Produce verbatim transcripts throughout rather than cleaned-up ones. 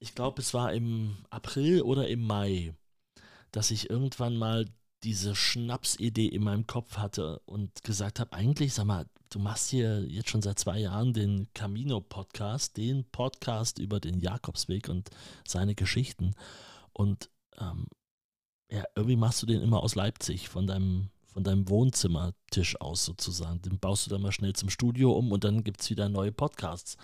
ich glaube, es war im April oder im Mai, dass ich irgendwann mal diese Schnapsidee in meinem Kopf hatte und gesagt habe, eigentlich, sag mal, du machst hier jetzt schon seit zwei Jahren den Camino-Podcast, den Podcast über den Jakobsweg und seine Geschichten. Und ähm, ja, irgendwie machst du den immer aus Leipzig, von deinem, von deinem Wohnzimmertisch aus sozusagen. Den baust du dann mal schnell zum Studio um und dann gibt es wieder neue Podcasts.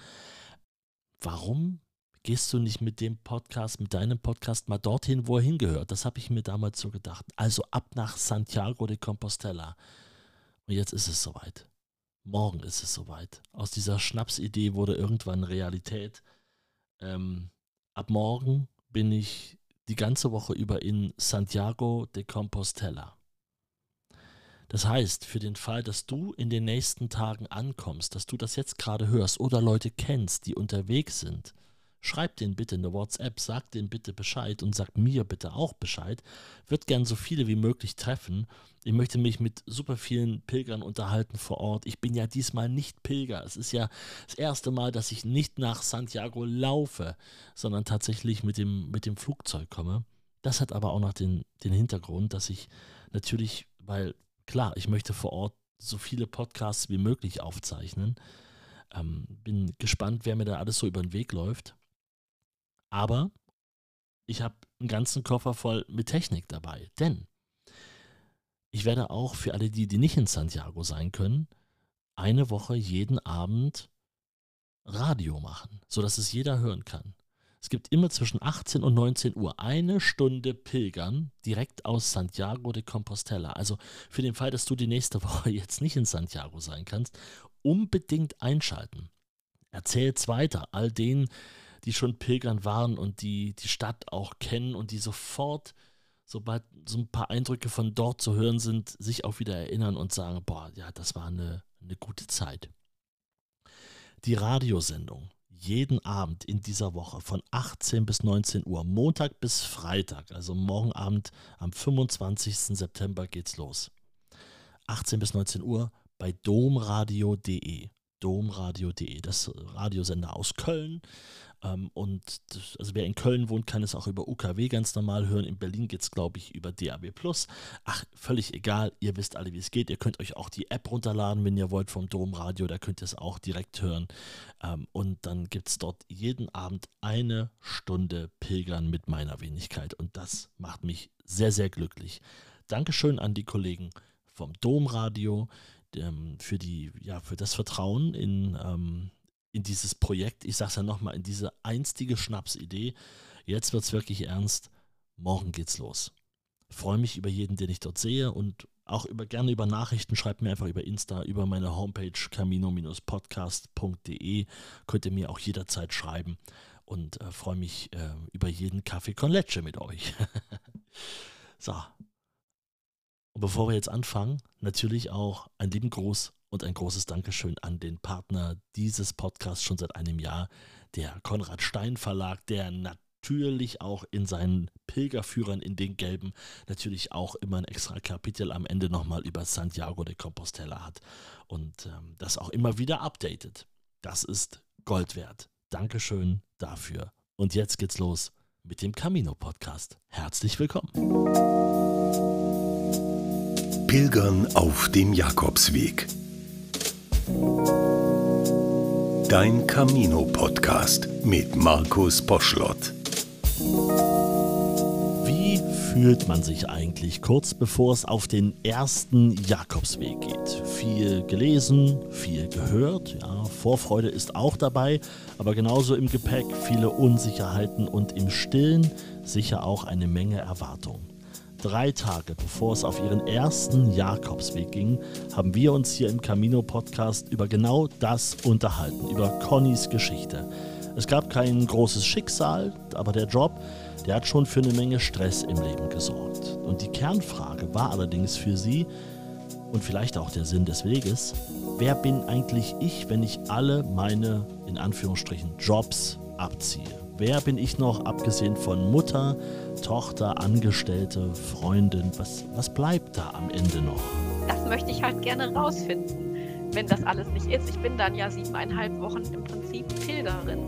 Warum gehst du nicht mit dem Podcast, mit deinem Podcast mal dorthin, wo er hingehört? Das habe ich mir damals so gedacht. Also ab nach Santiago de Compostela. Und jetzt ist es soweit. Morgen ist es soweit. Aus dieser Schnapsidee wurde irgendwann Realität. Ähm, ab morgen bin ich die ganze Woche über in Santiago de Compostela. Das heißt, für den Fall, dass du in den nächsten Tagen ankommst, dass du das jetzt gerade hörst oder Leute kennst, die unterwegs sind, schreib denen bitte eine WhatsApp, sag denen bitte Bescheid und sag mir bitte auch Bescheid. Würde gern so viele wie möglich treffen. Ich möchte mich mit super vielen Pilgern unterhalten vor Ort. Ich bin ja diesmal nicht Pilger. Es ist ja das erste Mal, dass ich nicht nach Santiago laufe, sondern tatsächlich mit dem, mit dem Flugzeug komme. Das hat aber auch noch den, den Hintergrund, dass ich natürlich, weil klar, ich möchte vor Ort so viele Podcasts wie möglich aufzeichnen. Ähm, bin gespannt, wer mir da alles so über den Weg läuft. Aber ich habe einen ganzen Koffer voll mit Technik dabei, denn ich werde auch für alle die, die nicht in Santiago sein können, eine Woche jeden Abend Radio machen, sodass es jeder hören kann. Es gibt immer zwischen achtzehn und neunzehn Uhr eine Stunde Pilgern direkt aus Santiago de Compostela. Also für den Fall, dass du die nächste Woche jetzt nicht in Santiago sein kannst, unbedingt einschalten. Erzähl's weiter all denen, die schon Pilgern waren und die die Stadt auch kennen und die sofort, sobald so ein paar Eindrücke von dort zu hören sind, sich auch wieder erinnern und sagen, boah, ja, das war eine, eine gute Zeit. Die Radiosendung jeden Abend in dieser Woche von achtzehn bis neunzehn Uhr, Montag bis Freitag, also morgen Abend am fünfundzwanzigsten September geht's los. achtzehn bis neunzehn Uhr bei domradio punkt de. domradio punkt de, das Radiosender aus Köln. Ähm, und das, also wer in Köln wohnt, kann es auch über U K W ganz normal hören. In Berlin geht es, glaube ich, über D A B plus. Ach, völlig egal, ihr wisst alle, wie es geht. Ihr könnt euch auch die App runterladen, wenn ihr wollt, vom Domradio, da könnt ihr es auch direkt hören. Ähm, und dann gibt es dort jeden Abend eine Stunde Pilgern mit meiner Wenigkeit. Und das macht mich sehr, sehr glücklich. Dankeschön an die Kollegen vom Domradio ähm, für, die, ja, für das Vertrauen in ähm, in dieses Projekt, ich sag's ja nochmal, in diese einstige Schnapsidee. Jetzt wird's wirklich ernst. Morgen geht's los. Ich freue mich über jeden, den ich dort sehe und auch über, gerne über Nachrichten. Schreibt mir einfach über Insta, über meine Homepage camino podcast punkt de. Könnt ihr mir auch jederzeit schreiben und äh, freue mich äh, über jeden Kaffee con Leche mit euch. So. Und bevor wir jetzt anfangen, natürlich auch einen lieben Gruß und ein großes Dankeschön an den Partner dieses Podcasts schon seit einem Jahr, der Konrad Stein Verlag, der natürlich auch in seinen Pilgerführern in den Gelben natürlich auch immer ein extra Kapitel am Ende nochmal über Santiago de Compostela hat und ähm, das auch immer wieder updatet. Das ist Gold wert. Dankeschön dafür. Und jetzt geht's los mit dem Camino-Podcast. Herzlich willkommen. Pilgern auf dem Jakobsweg. Dein Camino-Podcast mit Markus Poschlott. Wie fühlt man sich eigentlich kurz bevor es auf den ersten Jakobsweg geht? Viel gelesen, viel gehört, ja, Vorfreude ist auch dabei, aber genauso im Gepäck viele Unsicherheiten und im Stillen sicher auch eine Menge Erwartung. Drei Tage bevor es auf ihren ersten Jakobsweg ging, haben wir uns hier im Camino-Podcast über genau das unterhalten, über Connys Geschichte. Es gab kein großes Schicksal, aber der Job, der hat schon für eine Menge Stress im Leben gesorgt. Und die Kernfrage war allerdings für sie, und vielleicht auch der Sinn des Weges, wer bin eigentlich ich, wenn ich alle meine, in Anführungsstrichen, Jobs abziehe? Wer bin ich noch, abgesehen von Mutter, Tochter, Angestellte, Freundin? Was, was bleibt da am Ende noch? Das möchte ich halt gerne rausfinden, wenn das alles nicht ist. Ich bin dann ja siebeneinhalb Wochen im Prinzip Pilgerin.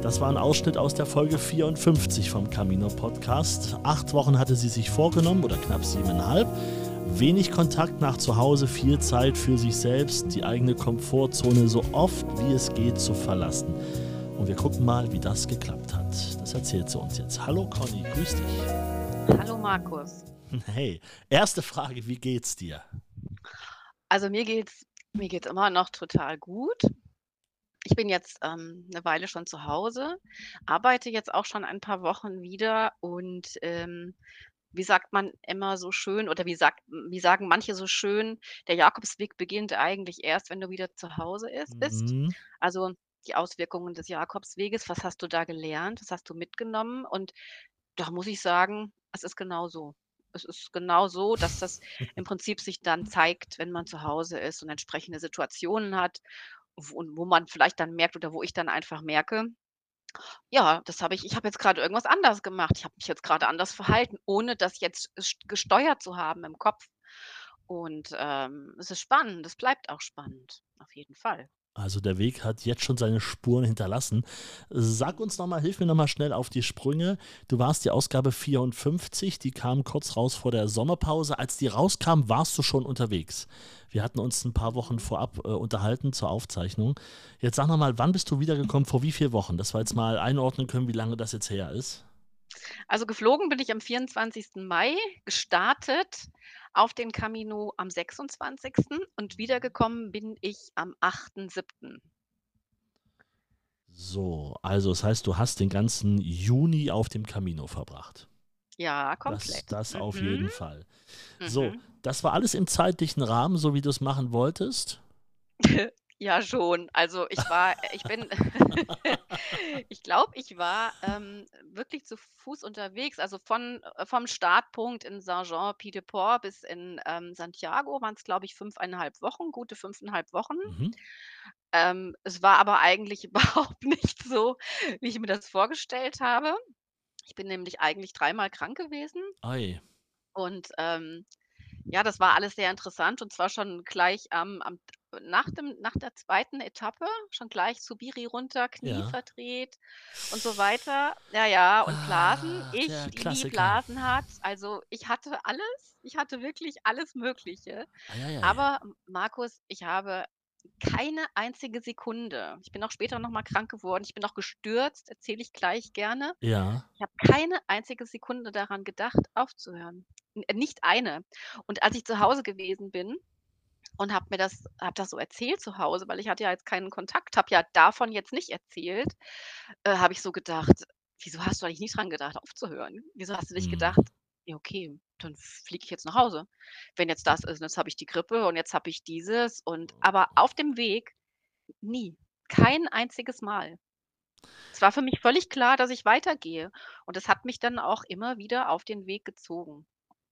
Das war ein Ausschnitt aus der Folge vierundfünfzig vom Camino Podcast. Acht Wochen hatte sie sich vorgenommen oder knapp siebeneinhalb. Wenig Kontakt nach zu Hause, viel Zeit für sich selbst, die eigene Komfortzone so oft wie es geht zu verlassen. Und wir gucken mal, wie das geklappt hat. Das erzählt sie uns jetzt. Hallo Conny, grüß dich. Hallo Markus. Hey, erste Frage, wie geht's dir? Also mir geht's mir geht's immer noch total gut. Ich bin jetzt, ähm, 'ne Weile schon zu Hause, arbeite jetzt auch schon ein paar Wochen wieder und, ähm, wie sagt man immer so schön oder wie sagt wie sagen manche so schön, der Jakobsweg beginnt eigentlich erst, wenn du wieder zu Hause ist bist. Mhm. Also, die Auswirkungen des Jakobsweges, was hast du da gelernt? Was hast du mitgenommen? Und da muss ich sagen, es ist genau so. Es ist genau so, dass das im Prinzip sich dann zeigt, wenn man zu Hause ist und entsprechende Situationen hat, w und wo man vielleicht dann merkt oder wo ich dann einfach merke: „Ja, das habe ich ich habe jetzt grade irgendwas anders gemacht. Ich habe mich jetzt grade anders verhalten, ohne das jetzt st gesteuert zu haben im Kopf." Und, ähm, es ist spannend. Es bleibt auch spannend, auf jeden Fall. Also der Weg hat jetzt schon seine Spuren hinterlassen. Sag Mhm. uns noch mal, hilf mir noch mal schnell auf die Sprünge. Du warst die Ausgabe vierundfünfzig, die kam kurz raus vor der Sommerpause. Als die rauskam, warst du schon unterwegs. Wir hatten uns ein paar Wochen Mhm. vorab äh, unterhalten zur Aufzeichnung. Jetzt sag noch mal, wann bist du wiedergekommen? Vor wie vielen Wochen? Dass wir jetzt mal einordnen können, wie lange das jetzt her ist. Also, geflogen bin ich am vierundzwanzigsten Mai, gestartet auf den Camino am sechsundzwanzigsten und wiedergekommen bin ich am achten siebten So, also das heißt, du hast den ganzen Juni auf dem Camino verbracht. Ja, Das, komplett. das auf Mhm, jeden Fall. So, mhm. das war alles im zeitlichen Rahmen, so wie du es machen wolltest? Ja, schon. Also, ich war ich bin ich glaube, ich war, ähm, wirklich zu Fuß unterwegs. Also, von äh, vom Startpunkt in Saint-Jean-Pied-de-Port bis in, ähm, Santiago waren's, glaube ich, fünfeinhalb Wochen, gute fünfeinhalb Wochen. Mhm. Ähm, es war aber eigentlich überhaupt nicht so, wie ich mir das vorgestellt habe. Ich bin nämlich eigentlich dreimal krank gewesen Ei. und, ähm, ja, das war alles sehr interessant und zwar schon gleich am am nach dem nach der zweiten Etappe, schon gleich Zubiri runter, Knie Ja. verdreht und so weiter. Ja, ja, und Blasen. Ah, Ich, der die nie Klassiker. Blasen hat. Also, ich hatte alles. Ich hatte wirklich alles Mögliche. Ei, ei, ei. Aber M Markus, ich habe keine einzige Sekunde ich bin auch später noch mal krank geworden. Ich bin auch gestürzt, erzähle ich gleich gerne. Ja. Ich habe keine einzige Sekunde daran gedacht, aufzuhören. N äh, nicht eine. Und als ich zu Hause gewesen bin und habe mir das habe das so erzählt zu Hause, weil ich hatte ja jetzt keinen Kontakt, habe ja davon jetzt nicht erzählt, äh, habe ich so gedacht: „Wieso hast du eigentlich nicht dran gedacht, aufzuhören? Wieso hast du nicht Mhm. gedacht: ‚Ja, okay, dann fliege ich jetzt nach Hause. Wenn jetzt das ist und jetzt habe ich die Grippe und jetzt habe ich dieses und" aber auf dem Weg nie. Kein einziges Mal. Es war für mich völlig klar, dass ich weitergehe und das hat mich dann auch immer wieder auf den Weg gezogen.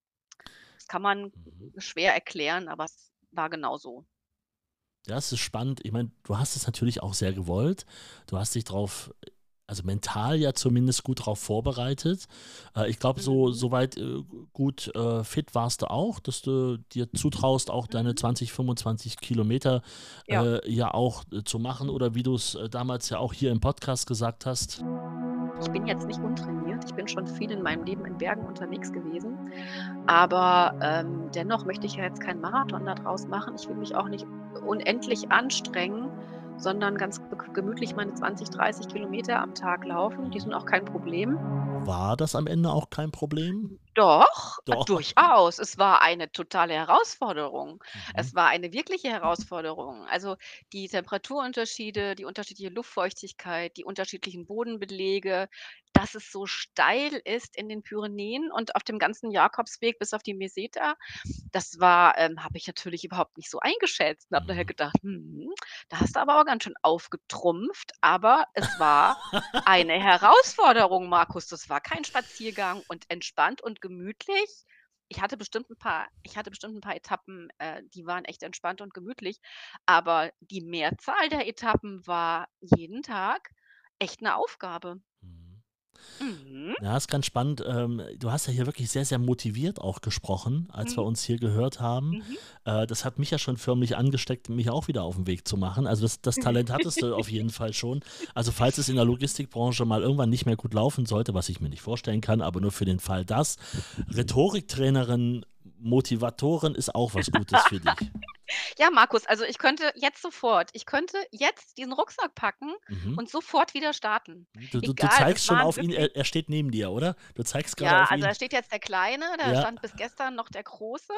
Das kann man Mhm. schwer erklären, aber es war genau so. Ja, es ist spannend. Ich meine, du hast es natürlich auch sehr gewollt. Du hast dich drauf also mental ja zumindest gut drauf vorbereitet. Äh, ich glaube, so Mhm. soweit äh, gut äh, fit warst du auch, dass du dir zutraust, auch deine Mhm. zwanzig, fünfundzwanzig Kilometer Ja. äh, ja auch äh, zu machen oder wie du es äh, damals ja auch hier im Podcast gesagt hast. Ich bin jetzt nicht untrainiert. Ich bin schon viel in meinem Leben in Bergen unterwegs gewesen, aber, ähm, dennoch möchte ich ja jetzt keinen Marathon da draus machen. Ich will mich auch nicht unendlich anstrengen, sondern ganz bek gemütlich meine zwanzig, dreißig Kilometer am Tag laufen. Die Mhm. sind auch kein Problem. War das am Ende auch kein Problem? Doch, äh, Doch. durchaus. Es war eine totale Herausforderung. Mhm. Es war eine wirkliche Herausforderung. Also, die Temperaturunterschiede, die unterschiedliche Luftfeuchtigkeit, die unterschiedlichen Bodenbelege, dass es so steil ist in den Pyrenäen und auf dem ganzen Jakobsweg bis auf die Meseta, das war ähm, habe ich natürlich überhaupt nicht so eingeschätzt und habe nachher Mhm. gedacht: „Hm, da hast du aber auch ganz schön aufgetrumpft." Aber es war eine Herausforderung, Markus. Das war kein Spaziergang und entspannt und gemütlich. Ich hatte bestimmt 'n paar ich hatte bestimmt 'n paar Etappen, äh, die waren echt entspannt und gemütlich, aber die Mehrzahl der Etappen war jeden Tag echt 'ne Aufgabe. Mhm. Mhm. Ja, ist ganz spannend. Ähm, du hast ja hier wirklich sehr, sehr motiviert auch gesprochen, als wir Mhm. uns hier gehört haben. Mhm. Äh, das hat mich ja schon förmlich angesteckt, mich auch wieder auf den Weg zu machen. Also das, das Talent hattest du auf jeden Fall schon. Also falls es in der Logistikbranche mal irgendwann nicht mehr gut laufen sollte, was ich mir nicht vorstellen kann, aber nur für den Fall das, Rhetoriktrainerin, Motivatorin ist auch was Gutes für dich. Ja, Markus, also ich könnte jetzt sofort ich könnte jetzt diesen Rucksack packen Mhm. und sofort wieder starten. Du, du, du Egal, das zeigst schon waren auf ihn, wirklich er, er steht neben dir, oder? Du zeigst gerade ja, auf also ihn. da steht jetzt der Kleine, da Ja. stand bis gestern noch der Große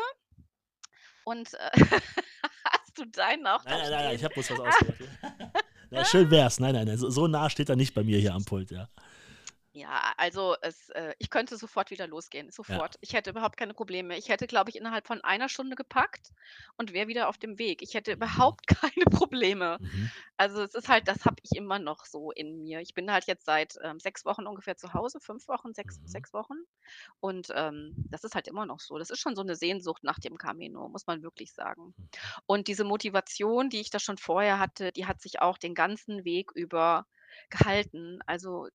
und, äh, hast du deinen auch Nein, da nein, nein, nein, ich stehen? habe bloß was ausgemacht. Na, schön wär's. Nein, nein, nein, so, so nah steht er nicht bei mir hier am Pult, ja. Ja, also es äh, ich könnte sofort wieder losgehen, Ja. sofort. Ich hätte überhaupt keine Probleme. Ich hätte, glaube ich, innerhalb von einer Stunde gepackt und wäre wieder auf dem Weg. Ich hätte Mhm. überhaupt keine Probleme. Mhm. Also, es ist halt das habe ich immer noch so in mir. Ich bin halt jetzt seit, ähm, sechs Wochen ungefähr zu Hause, fünf Wochen, sechs Mhm. sechs Wochen und, ähm, das ist halt immer noch so. Das ist schon so 'ne Sehnsucht nach dem Camino, muss man wirklich sagen. Mhm. Und diese Motivation, die ich da schon vorher hatte, die hat sich auch den ganzen Weg über gehalten. Also,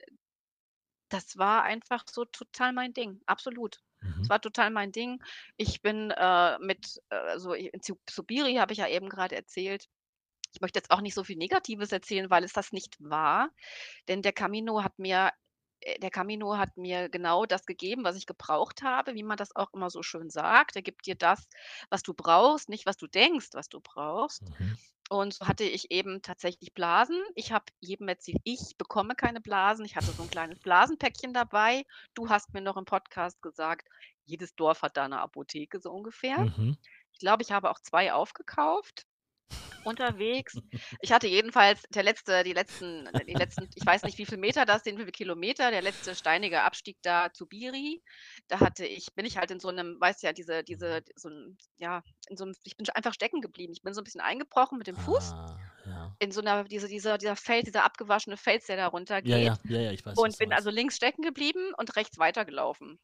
das war einfach so total mein Ding, absolut. Es Mhm. war total mein Ding. Ich bin, äh, mit, äh, so in Zu Zubiri habe ich ja eben grade erzählt. Ich möchte jetzt auch nicht so viel Negatives erzählen, weil es das nicht war, denn der Camino hat mir äh, der Camino hat mir genau das gegeben, was ich gebraucht habe, wie man das auch immer so schön sagt. Er gibt dir das, was du brauchst, nicht was du denkst, was du brauchst. Mhm. Und so hatte ich eben tatsächlich Blasen. Ich habe jedem erzählt, ich bekomme keine Blasen. Ich hatte so 'n kleines Blasenpäckchen dabei. Du hast mir noch im Podcast gesagt, jedes Dorf hat da 'ne Apotheke, so ungefähr. Mhm. Ich glaube, ich habe auch zwei aufgekauft unterwegs. Ich hatte jedenfalls der letzte die letzten die letzten ich weiß nicht, wie viel Meter das sind, wie viel Kilometer, der letzte steinige Abstieg da zu Biri. Da hatte ich bin ich halt in so 'nem weißt ja, diese diese so 'n ja, in so 'nem ich bin einfach stecken geblieben. Ich bin so 'n bisschen eingebrochen mit dem Fuß Ah, ja. in so 'ner diese dieser dieser Fels dieser abgewaschene Fels, der da Ja, ja, runtergeht ja, ja, ich weiß, was und du bin also meinst. links stecken geblieben und rechts weitergelaufen.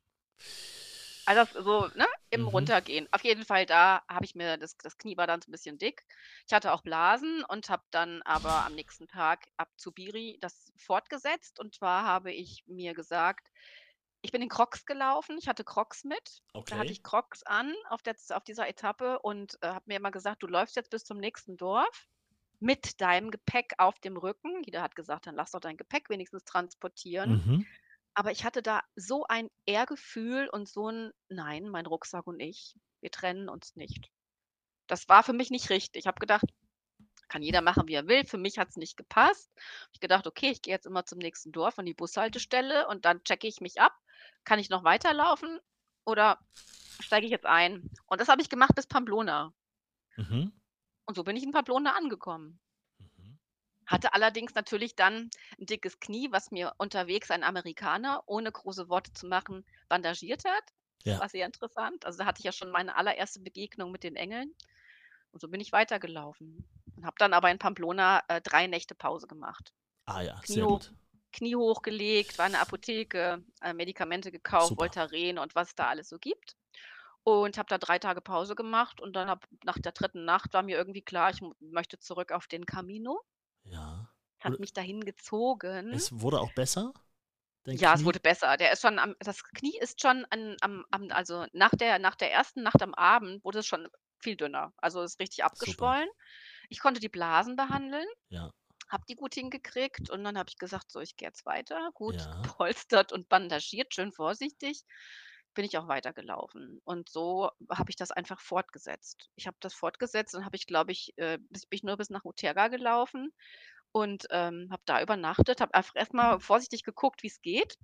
Also, das so, ne, im Mhm. Runtergehen. Auf jeden Fall, da habe ich mir das das Knie war dann so 'n bisschen dick. Ich hatte auch Blasen und habe dann aber am nächsten Tag ab zu Biri das fortgesetzt. Und zwar habe ich mir gesagt ich bin in Crocs gelaufen. Ich hatte Crocs mit. Da hatte Okay. ich Crocs an auf der Z auf dieser Etappe und, äh, habe mir immer gesagt: „Du läufst jetzt bis zum nächsten Dorf mit deinem Gepäck auf dem Rücken.“ Jeder hat gesagt: „Dann lass doch dein Gepäck wenigstens transportieren.“ Mhm. Aber ich hatte da so ein Ehrgefühl und so 'n: „Nein, mein Rucksack und ich, wir trennen uns nicht.“ Das war für mich nicht richtig. Ich habe gedacht, kann jeder machen, wie er will. Für mich hat's nicht gepasst. Habe ich gedacht: „Okay, ich gehe jetzt immer zum nächsten Dorf an die Bushaltestelle und dann checke ich mich ab. Kann ich noch weiterlaufen oder steige ich jetzt ein?“ Und das habe ich gemacht bis Pamplona. Mhm. Und so bin ich in Pamplona angekommen. Mhm. Hatte allerdings natürlich dann 'n dickes Knie, was mir unterwegs ein Amerikaner, ohne große Worte zu machen, bandagiert hat. Das Ja. war sehr interessant. Also, da hatte ich ja schon meine allererste Begegnung mit den Engeln. Und so bin ich weitergelaufen und habe dann aber in Pamplona, äh, drei Nächte Pause gemacht. Ah ja, Knie sehr hoch gut. Knie hochgelegt, war in der Apotheke, äh, Medikamente gekauft, Super. Voltaren und was da alles so gibt. Und habe da drei Tage Pause gemacht und dann habe nach der dritten Nacht war mir irgendwie klar, ich m möchte zurück auf den Camino. Ja. Hat Und mich dahin gezogen. es wurde auch besser, dein Ja, es wurde Knie? besser. Der ist schon am das Knie ist schon an am am also, nach der nach der ersten Nacht am Abend wurde es schon viel dünner. Also, ist richtig Super. abgeschwollen. Ich konnte die Blasen behandeln, Ja. habe die gut hingekriegt und dann habe ich gesagt: „So, ich gehe jetzt weiter.“ Gut Ja. gepolstert und bandagiert, schön vorsichtig, bin ich auch weitergelaufen. Und so habe ich das einfach fortgesetzt. Ich habe das fortgesetzt und habe ich, glaube ich, äh, bis bin ich nur bis nach Uterga gelaufen und, ähm, habe da übernachtet, habe einfach erst mal vorsichtig geguckt, wie's geht.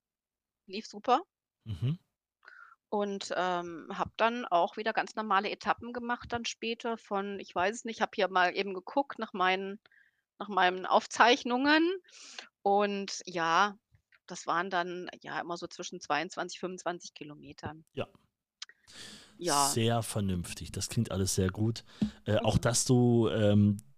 Lief super. Mhm. Und, ähm, habe dann auch wieder ganz normale Etappen gemacht dann später von ich weiß es nicht, habe hier mal eben geguckt nach meinen nach meinen Aufzeichnungen. Und ja, das waren dann, ja, immer so zwischen zweiundzwanzig, fünfundzwanzig Kilometern. Ja. Ja. Sehr vernünftig. Das klingt alles sehr gut. Äh, auch Mhm. dass du, ähm,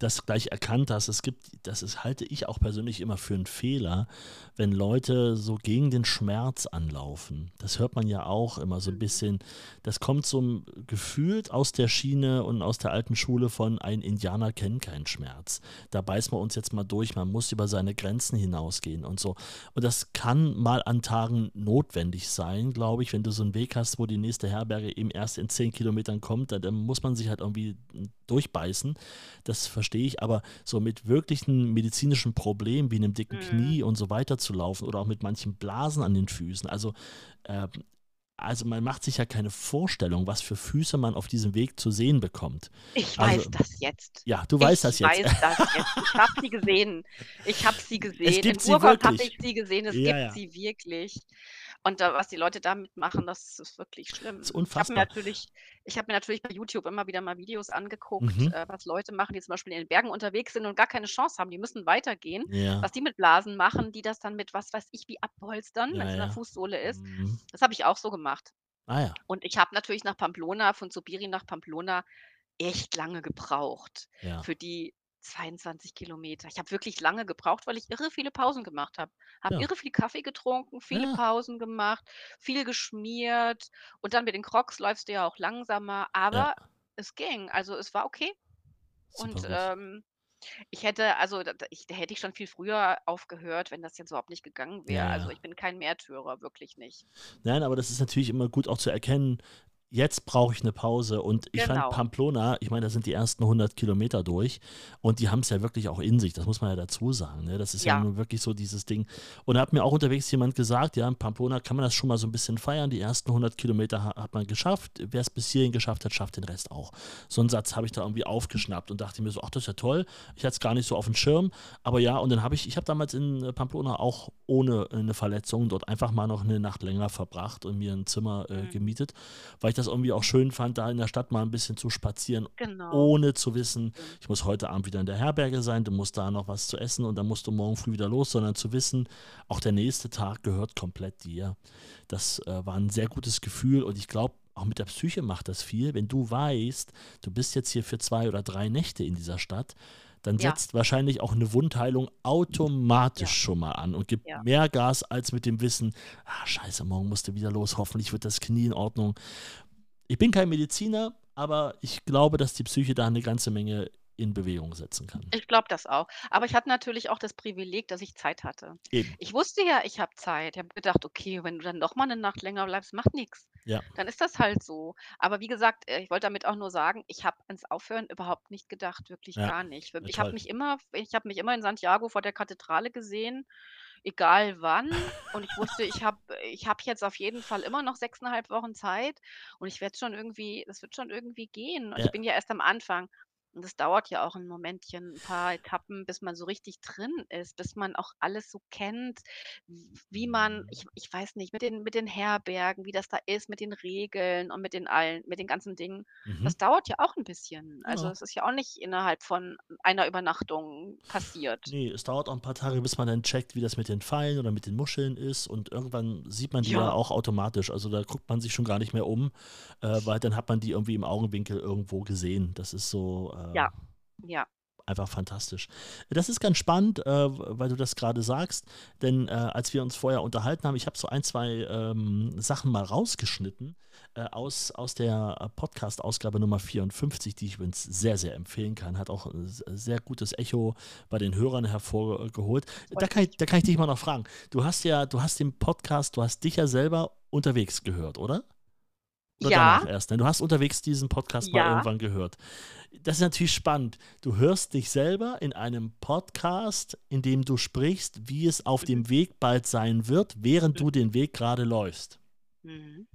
das gleich erkannt hast. Es gibt, das ist, halte ich auch persönlich immer für einen Fehler, wenn Leute so gegen den Schmerz anlaufen. Das hört man ja auch immer so ein Mhm. bisschen. Das kommt so ein- gefühlt aus der Schiene und aus der alten Schule von ein Indianer kennt keinen Schmerz. Da beißen wir uns jetzt mal durch. Man muss über seine Grenzen hinausgehen und so. Und das kann mal an Tagen notwendig sein, glaube ich, wenn du so einen Weg hast, wo die nächste Herberge eben erst in zehn Kilometern kommt, dann, dann muss man sich halt irgendwie durchbeißen. Das verstehe ich, aber so mit wirklichen medizinischen Problemen wie einem dicken Mhm. Knie und so weiter zu laufen oder auch mit manchen Blasen an den Füßen, also ähm, also man macht sich ja keine Vorstellung, was für Füße man auf diesem Weg zu sehen bekommt. Ich Also weiß das jetzt. ja, du weißt das Ich jetzt. weiß das jetzt. Ich habe sie gesehen. Ich habe sie Es gesehen. In gibt sie Burgos habe wirklich. ich sie gesehen. Es Ja, gibt ja. sie wirklich. Und da, was die Leute damit machen, das ist wirklich Das ist schlimm. Ich habe mir unfassbar. natürlich, ich habe mir natürlich bei YouTube immer wieder mal Videos angeguckt, Mhm. äh, was Leute machen, die zum Beispiel in den Bergen unterwegs sind und gar keine Chance haben. Die müssen weitergehen. Ja, Was die mit Blasen machen, die das dann mit was weiß ich wie abpolstern, wenn ja, es in der ja. Fußsohle ist. Mhm. Das habe ich auch so gemacht. Ah ja, Und ich habe natürlich nach Pamplona, von Zubiri nach Pamplona echt lange gebraucht ja, für die zweiundzwanzig Kilometer. Ich habe wirklich lange gebraucht, weil ich irre viele Pausen gemacht habe. Habe ja, irre viel Kaffee getrunken, viele ja, Pausen gemacht, viel geschmiert und dann mit den Crocs läufst du ja auch langsamer, ja, aber es ging. Also, es war okay super und, gut. ähm, ich hätte also, da da ich da hätte ich schon viel früher aufgehört, wenn das jetzt überhaupt nicht gegangen Ja, wäre. Also, ja. ich bin kein Märtyrer, wirklich nicht. Nein, aber das ist natürlich immer gut auch zu erkennen, jetzt brauche ich eine Pause und ich fand Genau. Pamplona, ich meine, da sind die ersten hundert Kilometer durch und die haben es ja wirklich auch in sich, das muss man ja dazu sagen, ne? Das ist ja Ja. nun wirklich so dieses Ding und da hat mir auch unterwegs jemand gesagt, ja, in Pamplona kann man das schon mal so ein bisschen feiern, die ersten hundert Kilometer ha hat man geschafft, wer es bis hierhin geschafft hat, schafft den Rest auch. So einen Satz habe ich da irgendwie aufgeschnappt und dachte mir so, ach, das ist ja toll, ich hatte es gar nicht so auf dem Schirm, aber ja, und dann habe ich ich habe damals in äh, Pamplona auch ohne äh, 'ne Verletzung dort einfach mal noch eine Nacht länger verbracht und mir ein Zimmer, äh, Mhm. gemietet, weil ich das irgendwie auch schön fand, da in der Stadt mal ein bisschen zu spazieren, Genau. ohne zu wissen, Stimmt. ich muss heute Abend wieder in der Herberge sein, du musst da noch was zu essen und dann musst du morgen früh wieder los, sondern zu wissen, auch der nächste Tag gehört komplett dir. Das, äh, war ein sehr gutes Gefühl und ich glaube, auch mit der Psyche macht das viel. Wenn du weißt, du bist jetzt hier für zwei oder drei Nächte in dieser Stadt, dann Ja, setzt wahrscheinlich auch eine Wundheilung automatisch ja, schon mal an und gibt ja. mehr Gas als mit dem Wissen: „Ah, scheiße, morgen musst du wieder los, hoffentlich wird das Knie in Ordnung.“ Ich bin kein Mediziner, aber ich glaube, dass die Psyche da eine ganze Menge in Bewegung setzen kann. Ich glaube das auch. Aber ich hatte natürlich auch das Privileg, dass ich Zeit hatte. Eben, Ich wusste ja, ich habe Zeit. Ich habe gedacht: „Okay, wenn du dann noch mal 'ne Nacht länger bleibst, macht nix. ja, Dann ist das halt so.“ Aber wie gesagt, äh, ich wollte damit auch nur sagen, ich habe ans Aufhören überhaupt nicht gedacht, wirklich ja, gar nicht. ja, Ich habe toll. mich immer ich habe mich immer in Santiago vor der Kathedrale gesehen, egal wann. Und ich wusste, ich habe ich habe jetzt auf jeden Fall immer noch sechseinhalb Wochen Zeit und ich werde schon irgendwie das wird schon irgendwie gehen. Und ich Ja, bin ja erst am Anfang. Und das dauert ja auch ein Momentchen, ein paar Etappen, bis man so richtig drin ist, bis man auch alles so kennt, w wie man ich ich weiß nicht, mit den mit den Herbergen, wie das da ist, mit den Regeln und mit den allen mit den ganzen Dingen. mhm, Das dauert ja auch ein bisschen. Also, genau. es ist ja auch nicht innerhalb von einer Übernachtung passiert. Ne, es dauert auch ein paar Tage, bis man dann checkt, wie das mit den Pfeilen oder mit den Muscheln ist und irgendwann sieht man die ja Ja, auch automatisch. Also, da guckt man sich schon gar nicht mehr um, äh, weil dann hat man die irgendwie im Augenwinkel irgendwo gesehen. Das ist so, ja, äh ja. einfach fantastisch. Das ist ganz spannend, äh, weil du das gerade sagst, denn äh, als wir uns vorher unterhalten haben, ich habe so ein, zwei ähm, Sachen mal rausgeschnitten äh, aus, aus der äh, Podcast-Ausgabe Nummer vierundfünfzig, die ich übrigens sehr, sehr empfehlen kann. Hat auch ein sehr gutes Echo bei den Hörern hervorgeholt. Da Freut kann, ich, mich. da kann ich dich mal noch fragen. Du hast ja, du hast den Podcast, du hast dich ja selber unterwegs gehört, oder? Oder danach Ja, erst? Denn du hast unterwegs diesen Podcast mal ja, irgendwann gehört. Das ist natürlich spannend. Du hörst dich selber in einem Podcast, in dem du sprichst, wie es auf mhm, dem Weg bald sein wird, während mhm, du den Weg gerade läufst. mhm.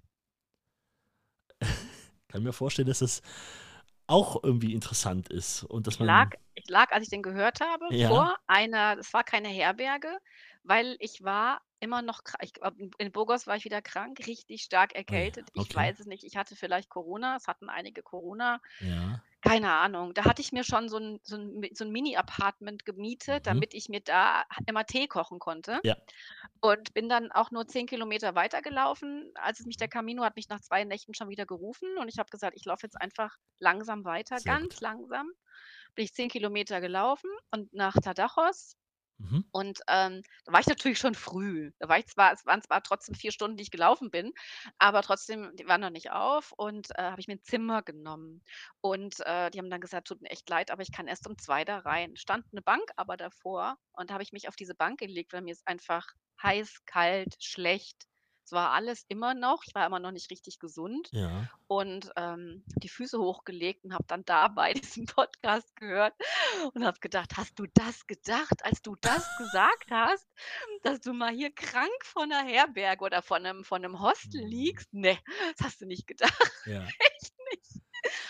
Kann mir vorstellen, dass das auch irgendwie interessant ist und dass Ich lag man, ich lag, als ich den gehört habe, ja, vor einer es war keine Herberge, weil ich war immer noch kra ich glaube, in in Burgos war ich wieder krank, richtig stark ui, erkältet. Ich okay, weiß es nicht. Ich hatte vielleicht Corona, es hatten einige Corona. ja, Keine Ahnung. Da hatte ich mir schon so 'n so 'n Mi so 'n Mini-Apartment gemietet, mhm, damit ich mir da immer Tee kochen konnte. ja, Und bin dann auch nur zehn Kilometer weitergelaufen, als es mich der Camino hat mich nach zwei Nächten schon wieder gerufen und ich habe gesagt: „Ich laufe jetzt einfach langsam weiter, sehr ganz gut. langsam.“ bin ich zehn Kilometer gelaufen und nach Tadachos Mhm. und, ähm, da war ich natürlich schon früh. Da war ich zwar es waren zwar trotzdem vier Stunden, die ich gelaufen bin, aber trotzdem, die waren noch nicht auf und, äh, habe ich mir 'n Zimmer genommen. Und, äh, die haben dann gesagt: „Tut mir echt leid, aber ich kann erst um zwei da rein.“ Stand 'ne Bank aber davor und da habe ich mich auf diese Bank gelegt, weil mir ist einfach heiß, kalt, schlecht. Es war alles immer noch. Ich war immer noch nicht richtig gesund Ja. und, ähm, die Füße hochgelegt und habe dann dabei diesen Podcast gehört und habe gedacht: „Hast du das gedacht, als du das gesagt hast, dass du mal hier krank vor 'ner Herberge oder vor 'nem vor 'nem Hostel Mhm. liegst? Ne, das hast du nicht gedacht. Ja. Echt nicht?“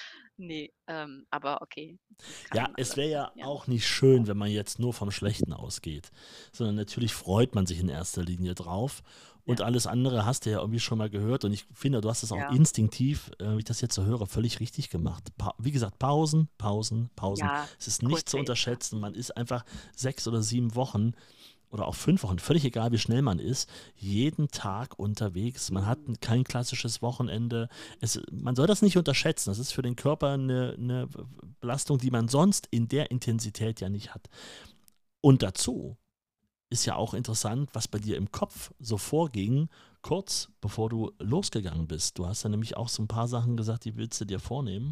Ne, ähm, aber okay, das Ja, kann es alles wäre ja passieren. auch nicht schön, wenn man jetzt nur vom Schlechten ausgeht, sondern natürlich freut man sich in erster Linie drauf und Ja, alles andere hast du ja irgendwie schon mal gehört und ich finde, du hast es auch ja, instinktiv, äh, wie ich das jetzt so höre, völlig richtig gemacht. Pa wie gesagt, Pausen, Pausen, Pausen. ja, Es ist nicht zu kurze unterschätzen. Man Etappen. ist einfach sechs oder sieben Wochen oder auch fünf Wochen, völlig egal, wie schnell man ist, jeden Tag unterwegs. Man hat Mhm. 'n kein klassisches Wochenende. Es man soll das nicht unterschätzen. Das ist für den Körper eine 'ne Belastung, die man sonst in der Intensität ja nicht hat. Und dazu ist ja auch interessant, was bei dir im Kopf so vorging, kurz bevor du losgegangen bist. Du hast ja nämlich auch so ein paar Sachen gesagt, die willst du dir vornehmen.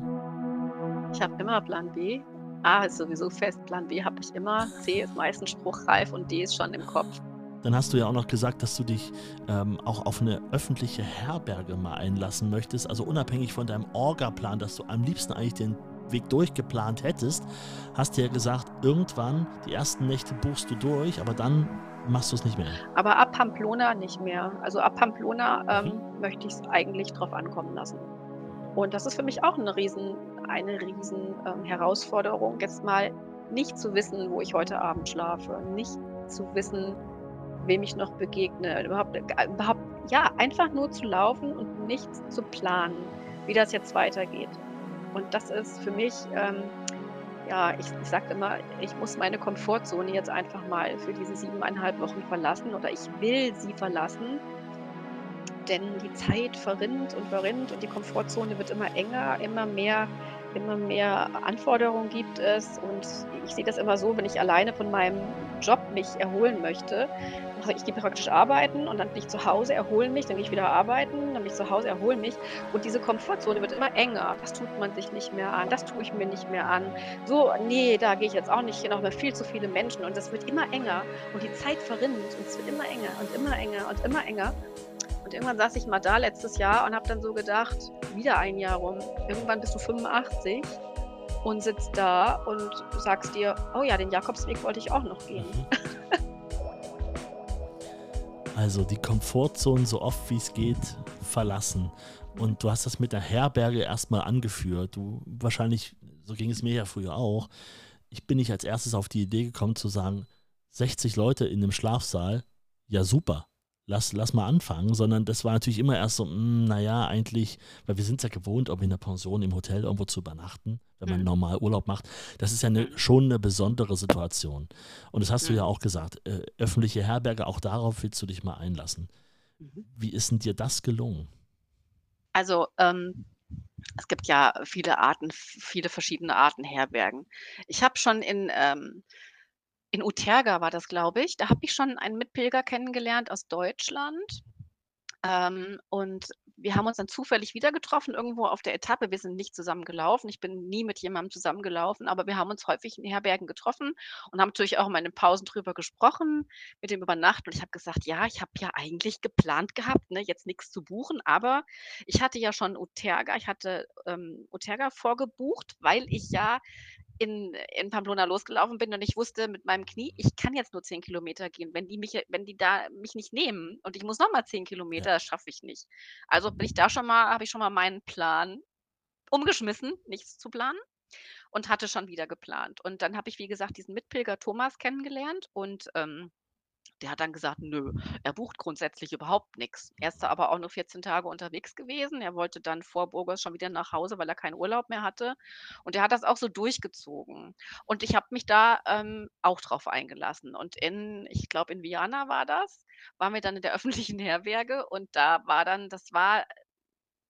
Ich habe immer Plan B. A ist sowieso fest, Plan B habe ich immer. C ist meistens spruchreif und D ist schon im Kopf. Dann hast du ja auch noch gesagt, dass du dich, ähm, auch auf eine öffentliche Herberge mal einlassen möchtest, also unabhängig von deinem Orgaplan, dass du am liebsten eigentlich den Weg durchgeplant hättest, hast du ja gesagt, irgendwann die ersten Nächte buchst du durch, aber dann machst du es nicht mehr. Aber ab Pamplona nicht mehr. Also, ab Pamplona, Mhm, ähm, möchte ich's eigentlich drauf ankommen lassen. Und das ist für mich auch 'ne riesen eine riesen, ähm, Herausforderung, jetzt mal nicht zu wissen, wo ich heute Abend schlafe, nicht zu wissen, wem ich noch begegne, überhaupt g überhaupt ja, einfach nur zu laufen und nichts zu planen, wie das jetzt weitergeht. Und das ist für mich, ähm ja, ich ich sage immer, ich muss meine Komfortzone jetzt einfach mal für diese siebeneinhalb Wochen verlassen oder ich will sie verlassen, denn die Zeit verrinnt und verrinnt und die Komfortzone wird immer enger, immer mehr immer mehr Anforderungen gibt es und ich sehe das immer so, wenn ich alleine von meinem Job mich erholen möchte, mache ich gehe praktisch arbeiten und dann bin ich zu Hause, erhole mich, dann gehe ich wieder arbeiten, dann bin ich zu Hause, erhole mich und diese Komfortzone wird immer enger. Das tut man sich nicht mehr an, das tue ich mir nicht mehr an. So, ne, da gehe ich jetzt auch nicht hin, auch mal viel zu viele Menschen und das wird immer enger und die Zeit verrinnt und es wird immer enger und immer enger und immer enger. Und irgendwann saß ich mal da letztes Jahr und habe dann so gedacht: „Wieder ein Jahr rum. Irgendwann bist du fünfundachtzig und sitzt da und sagst dir: ‚Oh ja, den Jakobsweg wollte ich auch noch gehen.'“ mhm. Also die Komfortzone so oft wie es geht verlassen. Mhm. Und du hast das mit der Herberge erstmal angeführt. Du wahrscheinlich, so ging es mir ja früher auch. Ich bin nicht als erstes auf die Idee gekommen zu sagen, sechzig Leute in 'nem Schlafsaal, ja super, lass lass mal anfangen, sondern das war natürlich immer erst so, hm, na ja, eigentlich, weil wir sind's ja gewohnt, ob in der Pension, im Hotel irgendwo zu übernachten, wenn man Mhm. normal Urlaub macht. Das ist ja 'ne Mhm. schon 'ne besondere Situation. Und das hast du ja Mhm. auch gesagt, äh, öffentliche Herberge, auch darauf willst du dich mal einlassen. Mhm. Wie ist 'n dir das gelungen? Also, ähm, es gibt ja viele Arten v viele verschiedene Arten Herbergen. Ich habe schon in, ähm in Uterga war das, glaube ich, da habe ich schon einen Mitpilger kennengelernt aus Deutschland. Ähm, und wir haben uns dann zufällig wieder getroffen irgendwo auf der Etappe. Wir sind nicht zusammen gelaufen. Ich bin nie mit jemandem zusammengelaufen, aber wir haben uns häufig in Herbergen getroffen und haben natürlich auch immer in den Pausen drüber gesprochen, mit dem Übernachten. Und ich habe gesagt: „Ja, ich habe ja eigentlich geplant gehabt, ne, jetzt nichts zu buchen, aber ich hatte ja schon Uterga ich hatte, ähm, Uterga vorgebucht, weil ich ja in in Pamplona losgelaufen bin und ich wusste mit meinem Knie, ich kann jetzt nur zehn Kilometer gehen. Wenn die mich wenn die da mich nicht nehmen und ich muss noch mal zehn Ja. Kilometer, das schaffe ich nicht. Also, bin ich da schon mal habe ich schon mal meinen Plan umgeschmissen, nichts zu planen und hatte schon wieder geplant. Und dann habe ich, wie gesagt, diesen Mitpilger Thomas kennengelernt und, ähm der hat dann gesagt: „Nö, er bucht grundsätzlich überhaupt nix.“ Er ist da Mhm. aber auch nur vierzehn Tage unterwegs gewesen. Er wollte dann vor Burgos schon wieder nach Hause, weil er keinen Urlaub mehr hatte. Und er hat das auch so durchgezogen. Und ich habe mich da, ähm, auch drauf eingelassen. Und in ich glaube, in Viana war das, waren wir dann in der öffentlichen Herberge und da war dann das war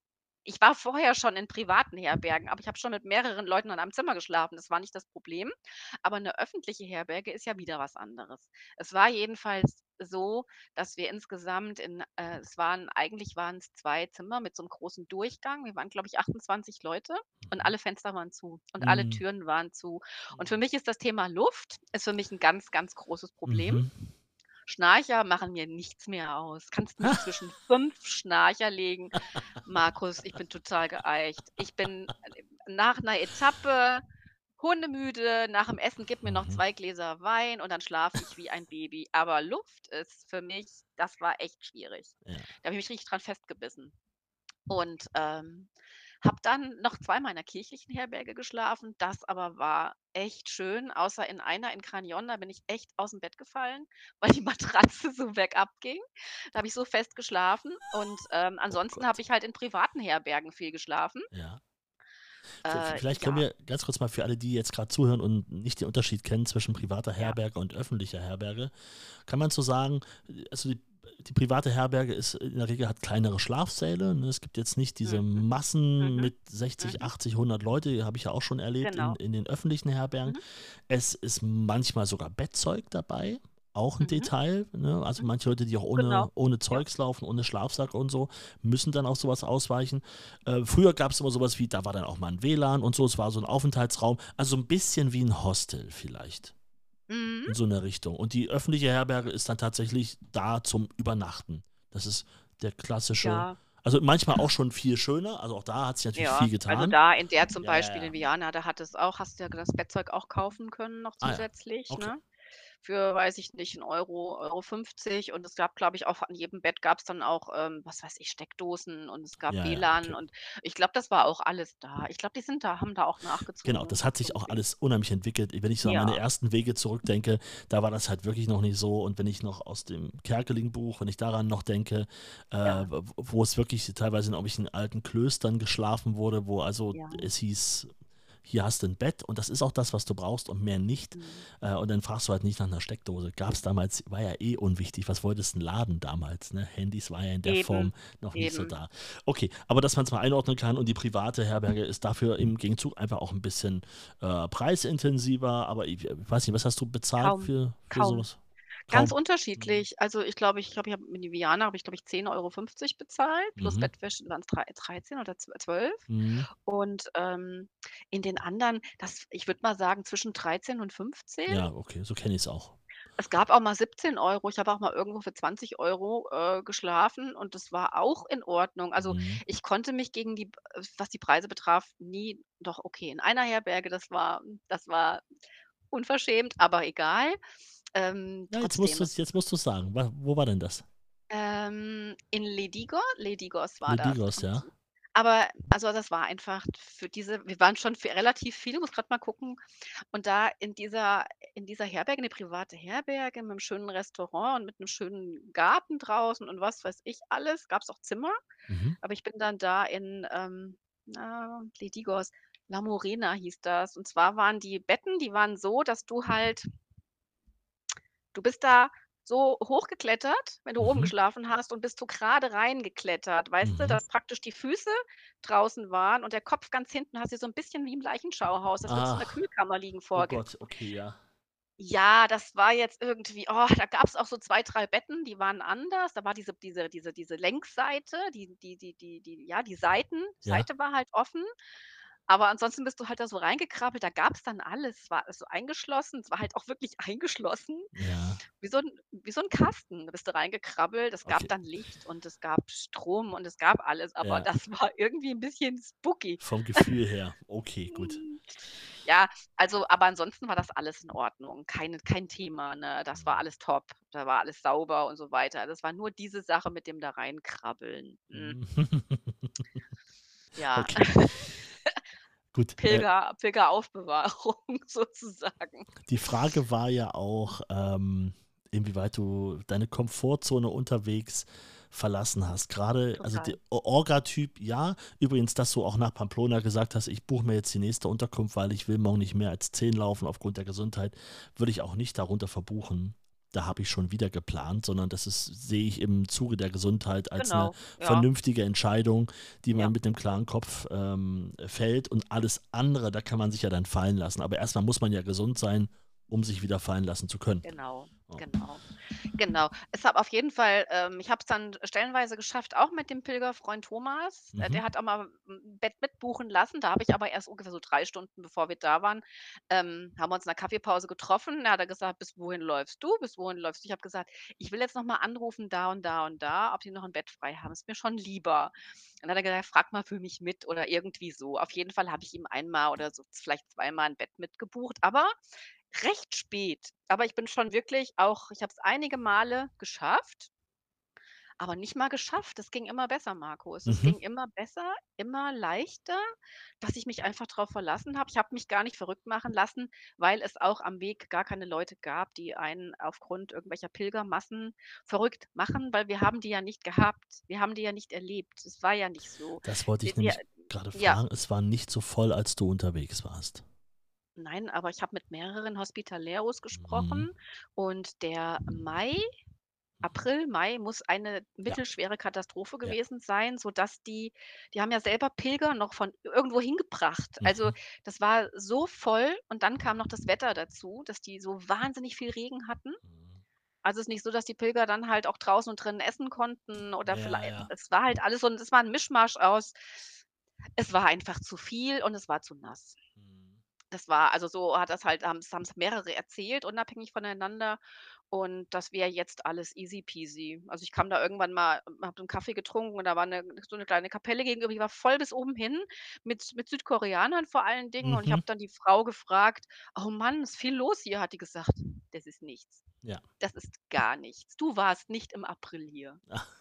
ich war vorher schon in privaten Herbergen, aber ich habe schon mit mehreren Leuten in einem Zimmer geschlafen. Das war nicht das Problem. Aber 'ne öffentliche Herberge ist ja wieder was anderes. Es war jedenfalls so, dass wir insgesamt in äh, es waren eigentlich waren's zwei Zimmer mit so 'nem großen Durchgang. Wir waren, glaube ich, achtundzwanzig Leute und Mhm. alle Fenster waren zu und alle Mhm. Türen waren zu. Und für Mhm. mich ist das Thema Luft ist für mich 'n ganz, ganz großes Problem. Mhm. Schnarcher machen mir nichts mehr aus. Kannst mich zwischen fünf Schnarcher legen. Markus, ich bin total geeicht. Ich bin äh, nach 'ner Etappe hundemüde, nach'm Essen gib mir noch Mhm. zwei Gläser Wein und dann schlafe ich wie ein Baby. Aber Luft ist für mich das war echt schwierig. Ja. Da habe ich mich richtig dran festgebissen. Und, ähm, habe dann noch zweimal in 'ner kirchlichen Herberge geschlafen. Das aber war echt schön, außer in einer in Crans-Montà, da bin ich echt aus'm Bett gefallen, weil die Matratze so bergab ging. Da habe ich so fest geschlafen und, ähm, Oh ansonsten habe Gott. ich halt in privaten Herbergen viel geschlafen. Ja. V v Äh, vielleicht können ja. wir ganz kurz mal für alle, die jetzt grad zuhören und nicht den Unterschied kennen zwischen privater Ja. Herberge und öffentlicher Herberge. Kann man so sagen, äh, also die die private Herberge ist in der Regel hat kleinere Schlafsäle, ne? Es gibt jetzt nicht diese Mhm. Massen Mhm. mit sechzig, Mhm. achtzig, hundert Leute, die habe ich ja auch schon erlebt in Genau. in den öffentlichen Herbergen. Mhm. Es ist manchmal sogar Bettzeug dabei, auch 'n Mhm. Detail, ne? Also, Mhm. manche Leute, die auch Genau. ohne ohne Ja. Zeugs laufen, ohne Schlafsack und so, müssen dann auf so was ausweichen. Äh, früher gab's immer so was wie da war dann auch mal 'n W L A N und so, es war so 'n Aufenthaltsraum, also, 'n bisschen wie 'n Hostel vielleicht. Mhm. In so 'ne Richtung. Und die öffentliche Herberge ist dann tatsächlich da zum Übernachten. Das ist der klassische Ja. also, manchmal auch schon viel schöner, also, auch da hat sich natürlich Ja, viel also, getan. da in der zum Ja, ja, Beispiel in ja. Viana, da hat es auch hast du ja das Bettzeug auch kaufen können noch Ah ja, zusätzlich, okay. ne? Für, weiß ich nicht, 'n Euro, Euro fünfzig und es gab, glaube ich, auch an jedem Bett gab's dann auch, ähm, was weiß ich, Steckdosen und es gab Ja, W L ja, A N okay. und ich glaube, das war auch alles da. Ich glaube, die sind da haben da auch Genau, nachgezogen das hat sich auch irgendwie. alles unheimlich entwickelt. Wenn ich so an meine Ja. ersten Wege zurückdenke, da war das halt wirklich noch nicht so. Und wenn ich noch aus dem Kerkeling-Buch wenn ich daran noch denke, äh, Ja. w wo es wirklich teilweise in irgendwelchen alten Klöstern geschlafen wurde, wo also Ja. es hieß: „Hier hast du 'n Bett und das ist auch das, was du brauchst und mehr nicht.“ Mhm. Äh, und dann fragst du halt nicht nach 'ner Steckdose. Gab's damals war ja eh unwichtig. Was wolltest 'n laden damals, ne? Handys war ja in der Eben, Form noch nicht so eben. da. Okay, aber dass man's mal einordnen kann und die private Herberge ist dafür im Gegenzug einfach auch 'n bisschen, äh, preisintensiver, aber ich w weiß nicht, was hast du bezahlt Kaum, für für so kaum. was? Ganz Kaum? Mhm. unterschiedlich. Also, ich glaube ich glaube, ich habe in die Viana habe ich, glaube ich, zehn Euro fünfzig bezahlt plus Mhm. Bettwäsche waren's drei dreizehn oder zw zwölf. Mhm. Und, ähm, in den anderen, das ich würde mal sagen, zwischen dreizehn und fünfzehn. Ja, okay, so kenne ich's auch. Es gab auch mal siebzehn Euro. Ich habe auch mal irgendwo für zwanzig Euro, äh, geschlafen und das war auch in Ordnung. Also, Mhm. ich konnte mich gegen die b was die Preise betraf, nie doch okay, in einer Herberge, das war das war unverschämt, aber egal. Ähm, Ja, jetzt musst trotzdem, du's es jetzt musst du's sagen. Wa wo war denn das? Ähm, in Ledigos Ledigos war das. Ledigos, Und ja? aber also, das war einfach für diese wir waren schon für relativ viele, muss grad mal gucken. Und da in dieser in dieser Herberge 'ne private Herberge mit'm schönen Restaurant und mit 'nem schönen Garten draußen und was weiß ich alles, gab's auch Zimmer. Mhm. Aber ich bin dann da in, ähm, na, Ledigos, La Morena hieß das. Und zwar waren die Betten die waren so, dass du halt du bist da so hochgeklettert, wenn du oben Mhm. geschlafen hast und bist so grade reingeklettert, weißt du, Mhm. dass praktisch die Füße draußen waren und der Kopf ganz hinten. Hast dich so 'n bisschen wie im Leichenschauhaus, als würdest du in der Ach. Kühlkammer liegen Oh vorge Gott, okay, ja. Ja, das war jetzt irgendwie oh, da gab's auch so zwei, drei Betten, die waren anders. Da war diese diese diese diese Längsseite, die die die die die ja, die Seiten Ja. Seite war halt offen. Aber ansonsten bist du halt da so reingekrabbelt. Da gab's dann alles. Es war alles so eingeschlossen. Es war halt auch wirklich eingeschlossen. Ja. Wie so 'n wie so 'n Kasten. Da bist du reingekrabbelt. Es gab Okay. dann Licht und es gab Strom und es gab alles, aber Ja. das war irgendwie 'n bisschen spooky. Vom Gefühl her. Okay, gut. Hm, ja, also aber ansonsten war das alles in Ordnung. Keine kein Thema, ne? Das war Mhm. alles top. Da war alles sauber und so weiter. Das war nur diese Sache mit dem da reinkrabbeln. Hm. Mhm. Ja. Okay. Gut, äh Pilger Pilgeraufbewahrung sozusagen. Die Frage war ja auch, ähm, inwieweit du deine Komfortzone unterwegs verlassen hast. Grade also, Total. der O Orga-Typ, ja. Übrigens, dass du auch nach Pamplona gesagt hast: „Ich buche mir jetzt die nächste Unterkunft, weil ich will morgen nicht mehr als zehn laufen aufgrund der Gesundheit“, würde ich auch nicht darunter verbuchen. da habe ich schon wieder geplant, sondern das ist, sehe ich im Zuge der Gesundheit als eine Genau, ja, vernünftige Entscheidung, die man ja, mit einem klaren Kopf ähm, fällt. Und alles andere, da kann man sich ja dann fallen lassen. Aber erstmal muss man ja gesund sein, um sich wieder fallen lassen zu können. genau, Ja. genau. Genau. Es habe auf jeden Fall ähm, ich habe es dann stellenweise geschafft, auch mit dem Pilgerfreund Thomas. Äh, Mhm. der hat auch mal 'n Bett mitbuchen lassen. Da habe ich aber erst ungefähr so drei Stunden, bevor wir da waren, ähm, haben wir uns in der Kaffeepause getroffen. Da hat er gesagt: „Bis wohin läufst du? Bis wohin läufst du?“ Ich habe gesagt: „Ich will jetzt noch mal anrufen, da und da und da, ob die noch 'n Bett frei haben. Ist mir schon lieber.“ Dann hat er gesagt: „Frag mal für mich mit“ oder irgendwie so. Auf jeden Fall habe ich ihm einmal oder so vielleicht zweimal 'n Bett mitgebucht, aber recht spät. Aber ich bin schon wirklich auch ich habe es einige Male geschafft, aber nicht mal geschafft. Es ging immer besser, Markus. Es Mhm. ging immer besser, immer leichter, dass ich mich einfach drauf verlassen habe. Ich habe mich gar nicht verrückt machen lassen, weil es auch am Weg gar keine Leute gab, die einen aufgrund irgendwelcher Pilgermassen verrückt machen, weil wir haben die ja nicht gehabt. Wir haben die ja nicht erlebt. Es war ja nicht so. Das wollte Wir ich wir nämlich gerade ja, fragen. Es war nicht so voll, als du unterwegs warst. nein, aber ich habe mit mehreren Hospitaleros Mhm. gesprochen und der Mai Mhm. April, Mai muss eine Ja, mittelschwere Katastrophe ja. gewesen sein, sodass die die haben ja selber Pilger noch von irgendwo hingebracht. Also, Mhm. das war so voll und dann kam noch das Wetter dazu, dass die so wahnsinnig viel Regen hatten. Mhm. Also, es ist nicht so, dass die Pilger dann halt auch draußen und drinnen essen konnten oder Ja, viellei ja. es war halt alles so 'n es war 'n Mischmasch aus es war einfach zu viel und es war zu nass. Mhm. Das war also so hat das halt haben's haben's mehrere erzählt, unabhängig voneinander. Und das wäre jetzt alles easy peasy. Also, ich kam da irgendwann mal habe 'n Kaffee getrunken und da war 'ne so 'ne kleine Kapelle gegenüber, die war voll bis oben hin mit mit Südkoreanern vor allen Dingen. Und ich Mhm. habe dann die Frau gefragt: „Oh Mann, ist viel los hier?“ Hat die gesagt: „Das ist nichts. Ja. Das ist gar nichts. Du warst nicht im April hier.“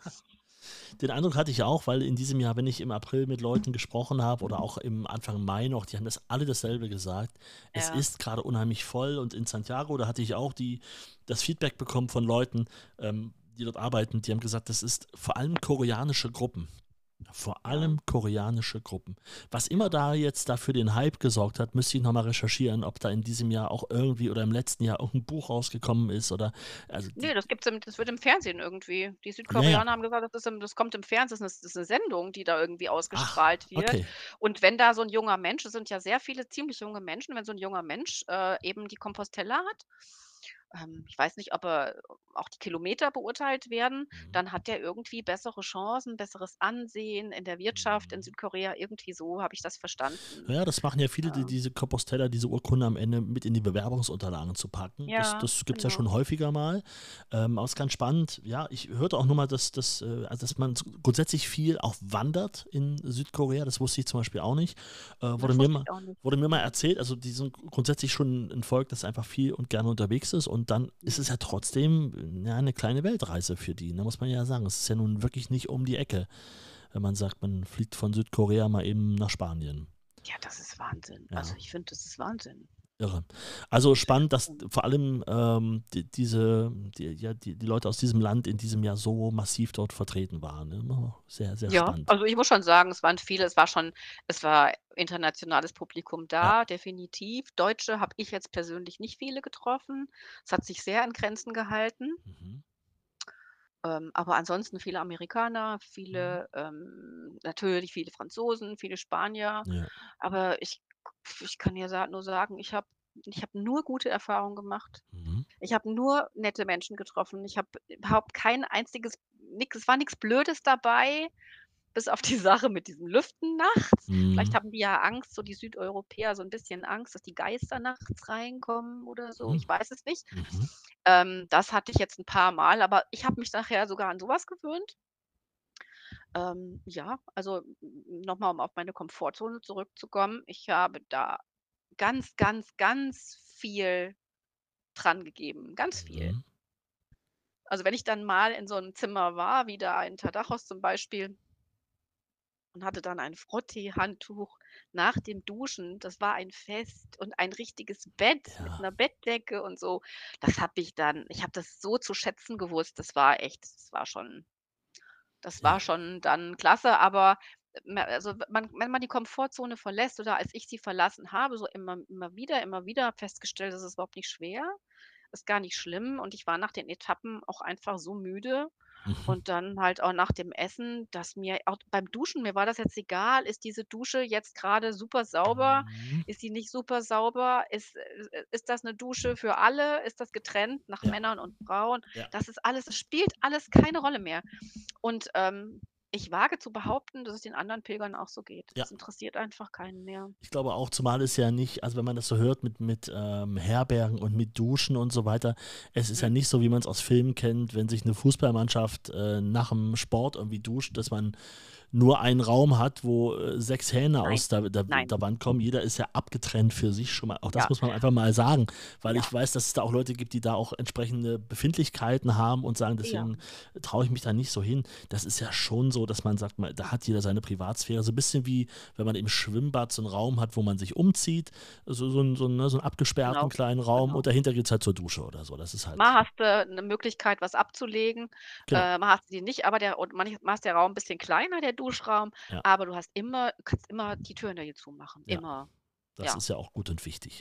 Den Eindruck hatte ich auch, weil in diesem Jahr, wenn ich im April mit Leuten gesprochen habe oder auch im Anfang Mai noch, die haben das alle dasselbe gesagt. Es Ja, ist gerade unheimlich voll und in Santiago, da hatte ich auch die, das Feedback bekommen von Leuten, ähm, die dort arbeiten, die haben gesagt, das ist vor allem koreanische Gruppen. Vor ja, allem koreanische Gruppen. Was immer ja. da jetzt da für den Hype gesorgt hat, müsste ich noch mal recherchieren, ob da in diesem Jahr auch irgendwie oder im letzten Jahr irgendein Buch rausgekommen ist oder also Ne, die das gibt's im das wird im Fernsehen irgendwie. Die ja, ja. Südkoreaner haben gesagt, das ist im das kommt im Fernsehen, das ist 'ne das ist 'ne Sendung, die da irgendwie Ach, ausgestrahlt wird. okay. Und wenn da so 'n junger Mensch es sind ja sehr viele ziemlich junge Menschen, wenn so 'n junger Mensch, äh, eben die Compostella hat, ähm, ich weiß nicht, ob er auch die Kilometer beurteilt werden, Mhm. dann hat der irgendwie bessere Chancen, besseres Ansehen in der Wirtschaft in Mhm. Südkorea. Irgendwie so habe ich das verstanden. Ja, das machen ja viele, die Ja. diese Compostella, diese Urkunde am Ende mit in die Bewerbungsunterlagen zu packen. Das, Ja, das gibt es ja genau. schon häufiger mal. Ähm, aber es ist ganz spannend. Ja, ich hörte auch nur mal, dass, dass, äh, also dass man so grundsätzlich viel auch wandert in Südkorea. Das wusste ich zum Beispiel auch nicht. Äh, wurde, Das mir wusste mal, ich auch nicht. wurde mir mal Mhm. erzählt. Also, die sind grundsätzlich schon ein Volk, das einfach viel und gerne unterwegs ist. Und dann ist es Mhm. ja trotzdem ja, eine kleine Weltreise für die. Da muss man ja sagen. Es ist ja nun wirklich nicht um die Ecke, wenn man sagt, man fliegt von Südkorea mal eben nach Spanien. Ja, das ist Wahnsinn. Also, Ja. ich finde, das ist Wahnsinn. Irre. Also Das ist spannend, dass Wahnsinn. vor allem ähm, die, diese, die, ja, die, die Leute aus diesem Land in diesem Jahr so massiv dort vertreten waren. Ne? Oh, sehr, sehr Ja, spannend. also, ich muss schon sagen, es waren viele es war schon es war internationales Publikum Ja. da, definitiv. Deutsche habe ich jetzt persönlich nicht viele getroffen. Es hat sich sehr in Grenzen gehalten. Mhm. Ähm, aber ansonsten viele Amerikaner, Mhm. viele, ähm natürlich viele Franzosen, viele Spanier. Ja. Aber ich ich kann dir sa nur sagen, ich habe ich habe nur gute Erfahrungen gemacht. Mhm. Ich habe nur nette Menschen getroffen. Ich habe überhaupt kein einziges nix es war nix Blödes dabei, bis auf die Sache mit diesen Lüften nachts. Vielleicht Mhm. haben die ja Angst, so die Südeuropäer, so 'n bisschen Angst, dass die Geister nachts reinkommen oder so. Mhm. Ich weiß es nicht. Mhm. Ähm, das hatte ich jetzt 'n paarmal, aber ich habe mich nachher sogar an so was gewöhnt. Ähm, ja, also, noch mal, um auf meine Komfortzone zurückzukommen. Ich habe da ganz, ganz, ganz viel dran gegeben, ganz viel. Mhm. Also, wenn ich dann mal in so 'nem Zimmer war, wie da in Tadachos zum Beispiel und hatte dann ein Frottee-Handtuch nach dem Duschen. Das war ein Fest und ein richtiges Bett mit Ja. 'ner Bettdecke und so. Das habe ich dann ich habe das so zu schätzen gewusst. Das war echt das war schon das Ja. war schon dann klasse, aber ma also, man wenn man die Komfortzone verlässt oder als ich sie verlassen habe, so immer immer wieder immer wieder festgestellt, das ist überhaupt nicht schwer. ist gar nicht schlimm und ich war nach den Etappen auch einfach so müde Mhm. und dann halt auch nach dem Essen, dass mir auch beim Duschen mir war das jetzt egal, ist diese Dusche jetzt grade super sauber? Mhm. Ist die nicht super sauber? Ist äh, ist das 'ne Dusche für alle? Ist das getrennt nach Ja, Männern und Frauen? ja. Das ist alles es spielt alles keine Rolle mehr. Und, ähm, ich wage zu behaupten, dass es den anderen Pilgern auch so geht. Ja. Es interessiert einfach keinen mehr. Ich glaube auch, zumal es ja nicht also, wenn man das so hört mit mit, ähm, Herbergen und mit Duschen und so weiter, es ist ja Mhm. nicht so, wie man's aus Filmen kennt, wenn sich 'ne Fußballmannschaft, äh, nach'm Sport irgendwie duscht, dass man nur einen Raum hat, wo, äh, sechs Hähne Nein, aus der der nein. der Wand kommen. Jeder ist ja abgetrennt für sich schon mal. Auch das Ja. muss man einfach mal sagen, weil Ja. ich weiß, dass es da auch Leute gibt, die da auch entsprechende Befindlichkeiten haben und sagen: Ja. „Deswegen traue ich mich da nicht so hin.“ Das ist ja schon so, dass man sagt mal, da hat jeder seine Privatsphäre. So 'n bisschen wie, wenn man im Schwimmbad so 'n Raum hat, wo man sich umzieht, so so 'n so 'n ne, so 'n abgesperrten Genau, kleinen Raum genau. und dahinter geht's halt zur Dusche oder so. Das ist Mal halt hast du 'ne Möglichkeit, was abzulegen, Genau. äh, mal hast du die nicht, aber der und manchmal ist der Raum 'n bisschen kleiner, der Duschraum, Ja. aber du hast immer kannst immer die Tür hinter dir zumachen, Ja, immer. das Ja. ist ja auch gut und wichtig.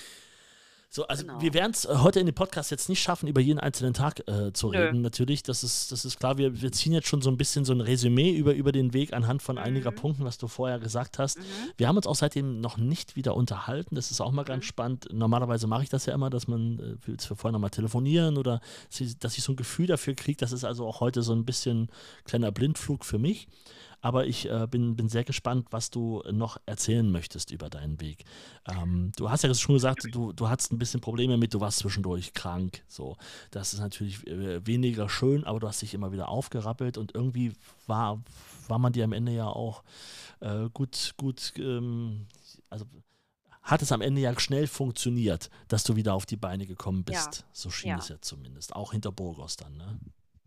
So, also wir Genau. werden's, äh, heute in dem Podcast jetzt nicht schaffen, über jeden einzelnen Tag, äh, zu Nö. reden. Natürlich, das ist das ist klar. Wir wir ziehen jetzt schon so 'n bisschen so 'n Resümee über über den Weg anhand von einiger Mhm. Punkten, was du vorher gesagt hast. Mhm. Wir haben uns auch seitdem noch nicht wieder unterhalten. Das ist auch mal ganz Mhm. spannend. Normalerweise mache ich das ja immer, dass man, äh, dass wir vorher noch mal telefonieren oder si dass ich so 'n Gefühl dafür kriege. Das ist also auch heute so 'n bisschen kleiner Blindflug für mich. Aber ich, äh, bin bin sehr gespannt, was du noch erzählen möchtest über deinen Weg. Ähm, du hast ja schon gesagt, du du hattest 'n bisschen Probleme mit du warst zwischendurch krank, so. Das ist natürlich, äh, weniger schön, aber du hast dich immer wieder aufgerappelt und irgendwie war war man dir am Ende ja auch, äh, gut gut, ähm also, hat es am Ende ja schnell funktioniert, dass du wieder auf die Beine gekommen Ja, bist. So schien es ja. ja zumindest, auch hinter Burgos dann, ne?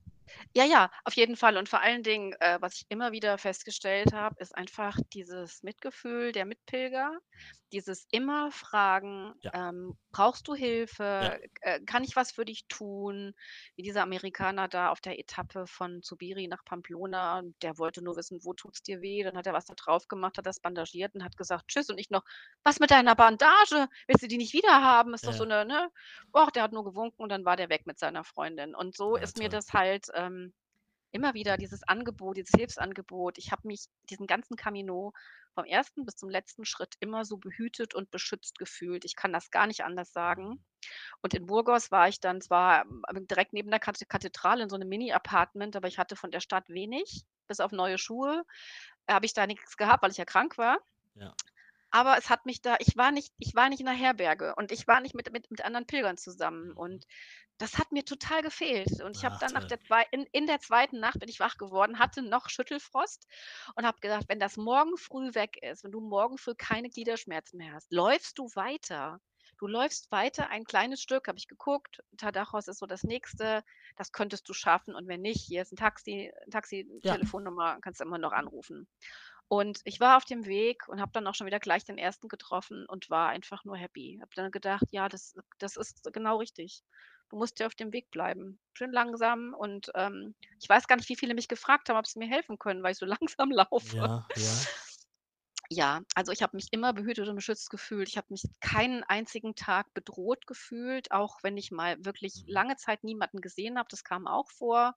Ja, ja, auf jeden Fall und vor allen Dingen, äh, was ich immer wieder festgestellt habe, ist einfach dieses Mitgefühl der Mitpilger, dieses immer fragen, Ja. ähm: „Brauchst du Ja. Hilfe? Äh, kann ich was für dich tun?“ Wie dieser Amerikaner da auf der Etappe von Zubiri nach Pamplona, der wollte nur wissen: „Wo tut's dir weh?“ Dann hat er was da drauf gemacht, hat das bandagiert und hat gesagt: „Tschüss.“ Und ich noch: „Was mit deiner Bandage? Willst du die nicht wiederhaben? Ist doch so Ja. 'ne“, ne? Och, der hat nur gewunken und dann war der weg mit seiner Freundin. Und so Ah, ist mir toll. das halt, ähm, immer wieder dieses Angebot, dieses Hilfsangebot. Ich habe mich diesen ganzen Camino vom ersten bis zum letzten Schritt immer so behütet und beschützt gefühlt. Ich kann das gar nicht anders sagen. Und in Burgos war ich dann zwar, ähm, direkt neben der Kathe Kathedrale in so 'nem Mini-Apartment, aber ich hatte von der Stadt wenig, bis auf neue Schuhe, habe ich da nix gehabt, weil ich ja krank war. Ja. Aber es hat mich da ich war nicht ich war nicht in 'ner Herberge und ich war nicht mit mit mit anderen Pilgern zusammen Mhm. und das hat mir total gefehlt. Und ich habe Ach, dann nach toll. der zwei in in der zweiten Nacht bin ich wach geworden, hatte noch Schüttelfrost und habe gedacht: „Wenn das morgen früh weg ist, wenn du morgen früh keine Gliederschmerzen mehr hast, läufst du weiter. Du läufst weiter ein kleines Stück“, habe ich geguckt, Tadajos ist so das Nächste, das könntest du schaffen und wenn nicht, hier ist 'n Taxi Ja. Taxi-Telefonnummer, kannst du immer noch anrufen. Und ich war auf dem Weg und habe dann auch schon wieder gleich den ersten getroffen und war einfach nur happy. Habe dann gedacht: „Ja, das das ist genau richtig. Du musst ja auf dem Weg bleiben. Schön langsam“ und, ähm, ich weiß gar nicht, wie viele mich gefragt haben, ob sie mir helfen können, weil ich so langsam laufe. Ja, ja. Ja, also, ich habe mich immer behütet und beschützt gefühlt. Ich habe mich keinen einzigen Tag bedroht gefühlt, auch wenn ich mal wirklich Mhm. lange Zeit niemanden gesehen habe, das kam auch vor.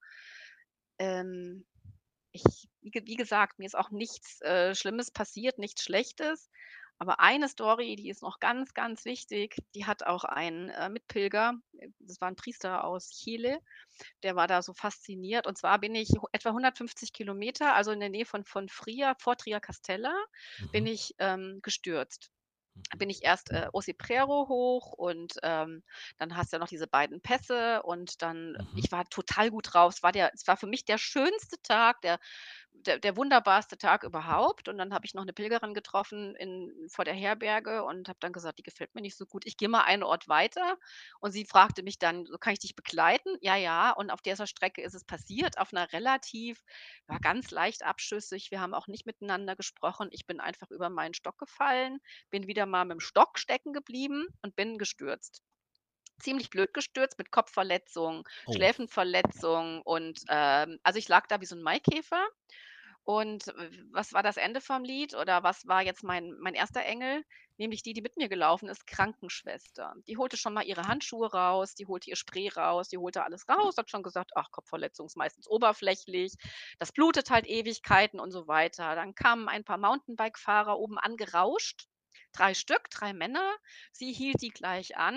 Ähm, ich wie ge wie gesagt, mir ist auch nichts, äh, Schlimmes passiert, nichts Schlechtes. Aber eine Story, die ist noch ganz, ganz wichtig, die hat auch ein, äh, Mitpilger das war 'n Priester aus Chile, der war da so fasziniert. Und zwar bin ich hu etwa hundertfünfzig Kilometer, also, in der Nähe von von Fria, vor Triercastella, bin Mhm. ich, ähm, gestürzt. Mhm. Bin ich erst, äh, Ociprero hoch und, ähm, dann hast du ja noch diese beiden Pässe und dann Mhm. ich war total gut drauf. Es war der es war für mich der schönste Tag, der der der wunderbarste Tag überhaupt. Und dann habe ich noch 'ne Pilgerin getroffen in vor der Herberge und habe dann gesagt: „Die gefällt mir nicht so gut. Ich gehe mal einen Ort weiter.“ Und sie fragte mich dann: „So, kann ich dich begleiten?“ Ja, ja. Und auf dieser Strecke ist es passiert, auf 'ner relativ war ganz leicht abschüssig. Wir haben auch nicht miteinander gesprochen. Ich bin einfach über meinen Stock gefallen, bin wieder mal mit'm Stock stecken geblieben und bin gestürzt. Ziemlich blöd gestürzt mit Kopfverletzung, Oh. Schläfenverletzung und, ähm also, ich lag da wie so 'n Maikäfer Und w was war das Ende vom Lied oder was war jetzt mein mein erster Engel? Nämlich die, die mit mir gelaufen ist, Krankenschwester. Die holte schon mal ihre Handschuhe raus, die holte ihr Spray raus, die holte alles raus, hat schon gesagt: „Ach, Kopfverletzung ist meistens oberflächlich, das blutet halt Ewigkeiten“ und so weiter. Dann kamen ein paar Mountainbike-Fahrer oben angerauscht, drei Stück, drei Männer. Sie hielt die gleich an.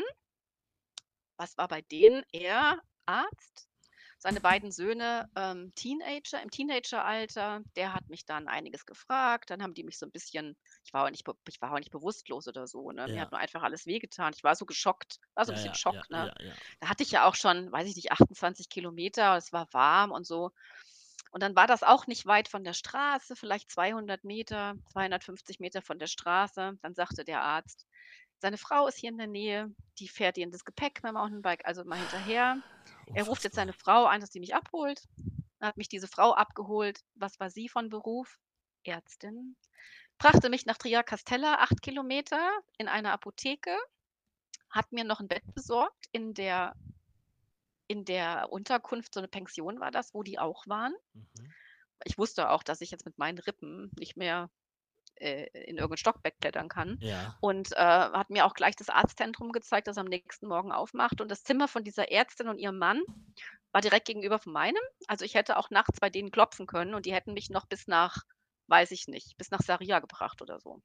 Was war bei denen? Er Arzt, seine beiden Söhne, ähm, Teenager im Teenageralter. Der hat mich dann einiges gefragt. Dann haben die mich so 'n bisschen ich war auch nicht be ich war auch nicht bewusstlos oder so, ne? Mir hat Ja. nur einfach alles wehgetan. Ich war so geschockt, war so 'n Ja, bisschen ja, ja, Schock, ne? ja, ja. Da hatte ich ja auch schon, weiß ich nicht, achtundzwanzig Kilometer, es war warm und so. Und dann war das auch nicht weit von der Straße, vielleicht zweihundert Meter, zweihundertfünfzig Meter von der Straße. Dann sagte der Arzt: „Seine Frau ist hier in der Nähe, die fährt ihr das Gepäck mit'm Mountainbike, also mal hinterher. Er ruft jetzt seine Unfassbar. Frau an, dass die mich abholt.“ Dann hat mich diese Frau abgeholt. Was war sie von Beruf? Ärztin. Brachte mich nach Tria Castella, acht Kilometer in eine Apotheke, hat mir noch 'n Bett besorgt in der in der Unterkunft, so 'ne Pension war das, wo die auch waren. Mhm. Ich wusste auch, dass ich jetzt mit meinen Rippen nicht mehr, äh, in irgend 'n Stockbett klettern kann Ja. und, äh, hat mir auch gleich das Arztzentrum gezeigt, das am nächsten Morgen aufmacht. Und das Zimmer von dieser Ärztin und ihrem Mann war direkt gegenüber von meinem. Also, ich hätte auch nachts bei denen klopfen können und die hätten mich noch bis nach weiß ich nicht, bis nach Sarria gebracht oder so.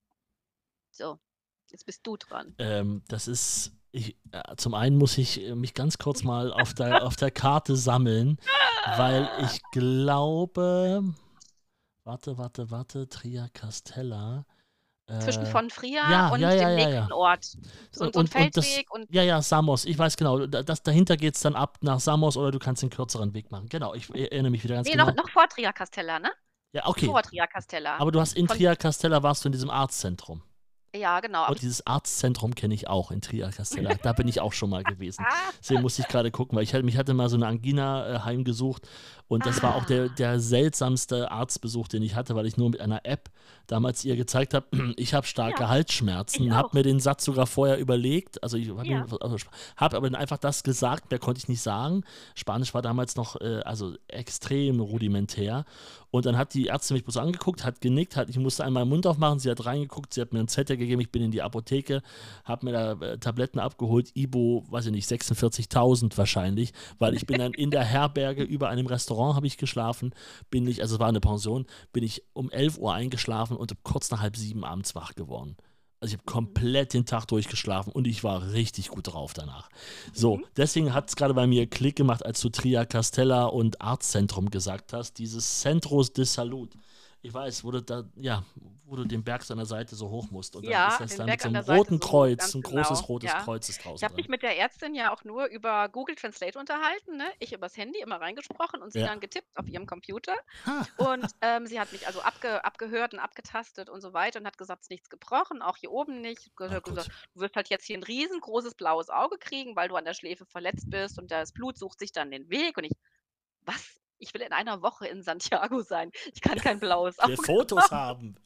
So, jetzt bist du dran. Ähm, das ist ich äh, zum einen muss ich, äh, mich ganz kurz mal auf der auf der Karte sammeln, weil ich glaube warte, warte, warte, Tria Castella. Zwischen Äh, von Fria ja, ja, und ja, dem ja, nächsten ja. Ort. So So 'n so 'n und und das Feldweg und ja, ja, Samos, ich weiß genau, da das dahinter geht's dann ab nach Samos oder du kannst den kürzeren Weg machen. Genau, ich e erinnere mich wieder ganz Ne, noch genau. noch vor Tria Castella, ne? Ja, okay. Vor Tria Castella. Aber du hast in Von Tria Castella warst du in diesem Arztzentrum. Ja, genau, aber Und ich dieses Arztzentrum kenne ich auch in Tria Castella. Da bin ich auch schon mal gewesen. Deswegen musste ich grade gucken, weil ich hatte mich hatte mal so 'ne Angina, äh, heimgesucht und das war auch der Ah. der seltsamste Arztbesuch, den ich hatte, weil ich nur mit einer App damals ihr gezeigt habe, ich habe starke Ja, Halsschmerzen, ich habe auch. mir den Satz sogar vorher überlegt. Also, ich habe Ja. mir habe aber dann einfach das gesagt, mehr konnte ich nicht sagen. Spanisch war damals noch, äh, also extrem rudimentär. Und dann hat die Ärztin mich bloß angeguckt, hat genickt, hat ich musste einmal 'n Mund aufmachen, sie hat reingeguckt, sie hat mir 'n Zettel gegeben, ich bin in die Apotheke, habe mir da, äh, Tabletten abgeholt, Ibo, weiß ich nicht, sechsundvierzigtausend wahrscheinlich, weil ich bin dann in der Herberge über einem Restaurant habe ich geschlafen, bin ich also, es war 'ne Pension, bin ich um elf Uhr eingeschlafen und kurz nach halb sieben abends wach geworden. Also, ich habe Mhm. komplett den Tag durchgeschlafen und ich war richtig gut drauf danach. So, Mhm. deswegen hat's grade bei mir Klick gemacht, als du Tria Castella und Arztzentrum gesagt hast, dieses Centros de Salud. Ich weiß, wo du da ja, wo du den Berg an der Seite so hoch musst und dann ist Ja, das den da mit Berg so an 'nem der Seite roten so hoch, Kreuz, ganz 'n genau, großes rotes ja. Kreuz ist Ich draußen habe mich dran. mit der Ärztin ja auch nur über Google Translate unterhalten, ne? Ich übers Handy immer reingesprochen und sie Ja. dann getippt auf ihrem Computer. Und, ähm, sie hat mich also abge abgehört und abgetastet und so weiter und hat gesagt: „Ist nichts gebrochen, auch hier oben nicht.“ Ge Ah, hat gesagt: gut. „Du wirst halt jetzt hier 'n riesengroßes blaues Auge kriegen, weil du an der Schläfe verletzt bist und das Blut sucht sich dann den Weg.“ Und ich: „Was? Ich will in einer Woche in Santiago sein. Ich kann kein blaues Ich will Auge Fotos haben.“ haben.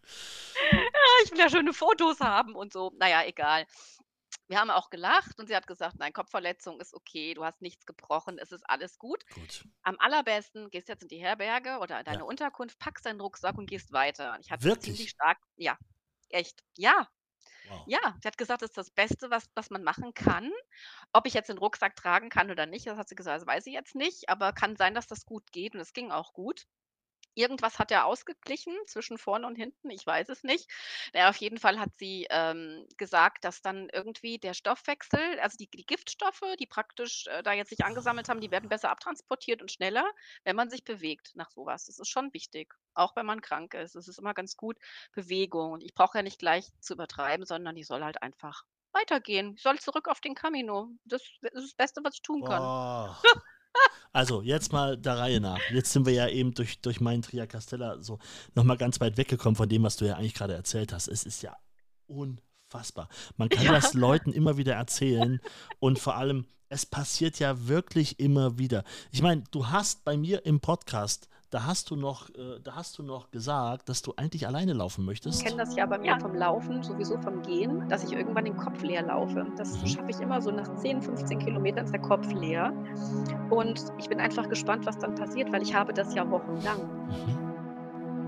Ja, ich will ja schöne Fotos haben und so. Na ja, egal. Wir haben auch gelacht und sie hat gesagt: „Nein, Kopfverletzung ist okay, du hast nichts gebrochen, es ist alles gut. Gut. Am allerbesten, gehst jetzt in die Herberge oder in Ja. deine Unterkunft, packst deinen Rucksack und gehst weiter.“ Ich hatte ziemlich Wirklich? stark ja, echt. Ja, Wow. ja. Sie hat gesagt, das ist das Beste, was was man machen kann. Ob ich jetzt den Rucksack tragen kann oder nicht, das hat sie gesagt, das weiß sie jetzt nicht, aber kann sein, dass das gut geht und es ging auch gut. Irgendwas hat er ausgeglichen zwischen vorne und hinten, ich weiß es nicht. Na ja, auf jeden Fall hat sie, ähm, gesagt, dass dann irgendwie der Stoffwechsel also, die die Giftstoffe, die praktisch, äh, da jetzt sich angesammelt haben, die werden besser abtransportiert und schneller, wenn man sich bewegt nach so was. Das ist schon wichtig, auch wenn man krank ist. Es ist immer ganz gut, Bewegung. Und ich brauche ja nicht gleich zu übertreiben, sondern ich soll halt einfach weitergehen. Ich soll zurück auf den Camino. Das ist das Beste, was ich tun kann. Boah. Also, jetzt mal der Reihe nach. Jetzt sind wir ja eben durch durch meinen Tria Castella so noch mal ganz weit weggekommen von dem, was du ja eigentlich grade erzählt hast. Es ist ja unfassbar. Man kann Ja. das Leuten immer wieder erzählen und vor allem, es passiert ja wirklich immer wieder. Ich meine, du hast bei mir im Podcast, da hast du noch äh, da hast du noch gesagt, dass du eigentlich alleine laufen Ich möchtest. kenne das ja bei mir vom Laufen, sowieso vom Gehen, dass ich irgendwann den Kopf leer laufe. Das Mhm. schaffe ich immer so nach zehn, fünfzehn Kilometern ist der Kopf leer. Und ich bin einfach gespannt, was dann passiert, weil ich habe das ja wochenlang. Mhm.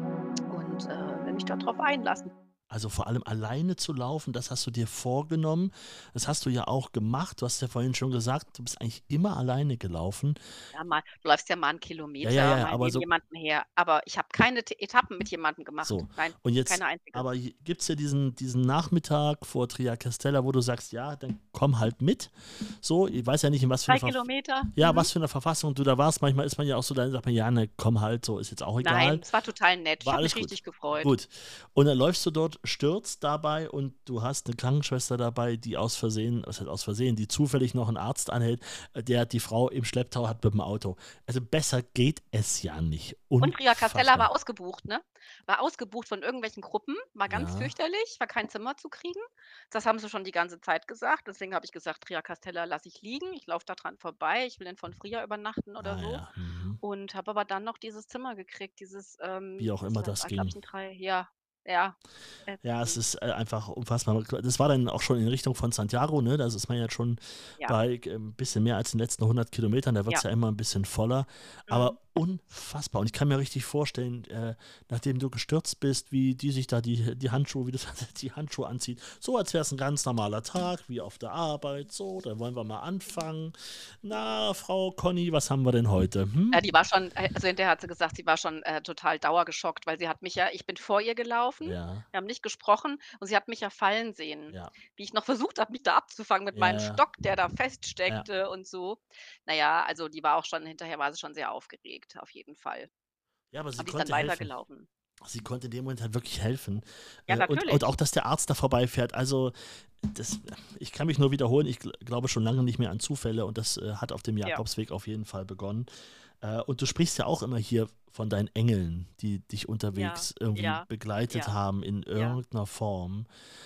und äh, mich darauf einlassen. Also vor allem alleine zu laufen, das hast du dir vorgenommen. Das hast du ja auch gemacht. Du hast ja vorhin schon gesagt, du bist eigentlich immer alleine gelaufen. Ja, mal du läufst ja mal 'n Ja, ja, Kilometer, ja, mal aber neben so jemandem her, aber ich habe keine T Etappen mit jemandem gemacht. so. Nein, Und jetzt, keine einzige. aber gibt es ja diesen, diesen Nachmittag vor Tria Castella, wo du sagst, ja, dann komm halt mit. So, ich weiß ja nicht, in was für drei eine Verf Kilometer. ja, Mhm. was für eine Verfassung du da warst. Manchmal ist man ja auch so, dann sagt man, ja, ne, komm halt, so ist jetzt auch egal. Nein, es war total nett. Ich War habe alles mich gut. richtig gefreut. Gut. Und dann läufst du dort, stürzt dabei und du hast eine Krankenschwester dabei, die aus Versehen, was heißt aus Versehen, die zufällig noch einen Arzt anhält, äh, der die Frau im Schlepptau hat mit dem Auto. Also besser geht es ja nicht. Und Tria Castella war Unfassbar. ausgebucht, ne? War ausgebucht von irgendwelchen Gruppen, war ganz Ja, fürchterlich, war kein Zimmer zu kriegen. Das haben sie schon die ganze Zeit gesagt. Deswegen habe ich gesagt: „Tria Castella lasse ich liegen. Ich laufe da dran vorbei. Ich will in von Fria übernachten oder ah so." ja, mhm. Und habe aber dann noch dieses Zimmer gekriegt, dieses, ähm, Wie auch das immer war das glaube ging. ich 'n drei ja, ja, Ja, es ätzend. ist äh, einfach unfassbar. Das war dann auch schon in Richtung von Santiago, ne? Da ist man jetzt schon Ja, bei äh, ein bisschen mehr als den letzten hundert Kilometern. Da wird es ja. ja immer ein bisschen voller. Mhm. Aber unfassbar. Und ich kann mir richtig vorstellen, äh, nachdem du gestürzt bist, wie die sich da die, die Handschuhe, wie du sagst, die Handschuhe anzieht. So, als wäre es ein ganz normaler Tag, wie auf der Arbeit. So, dann wollen wir mal anfangen. Na, Frau Conny, was haben wir denn heute? Hm? Ja, die war schon äh, also hinterher hat sie gesagt, sie war schon, äh, total dauergeschockt, weil sie hat mich ja ich bin vor ihr gelaufen, Ja, wir haben nicht gesprochen und sie hat mich ja fallen sehen, ja, wie ich noch versucht habe, mich da abzufangen mit ja, meinem ja, Stock, der da ja. feststeckte und so. Na ja, also die war auch schon hinterher war sie schon sehr aufgeregt, auf jeden Fall. Ja, aber sie Aber die ist dann konnte helfen. weitergelaufen. Sie konnte in dem Moment halt wirklich helfen. Ja, Äh, und, und natürlich. auch, dass der Arzt da vorbeifährt. Also, das, ich kann mich nur wiederholen, ich gl glaube schon lange nicht mehr an Zufälle und das äh, hat auf dem Ja, Jakobsweg auf jeden Fall begonnen. Äh, und du sprichst ja auch immer hier von deinen Engeln, die dich ja, unterwegs irgendwie ja, begleitet ja, haben in ja. irgendeiner Form.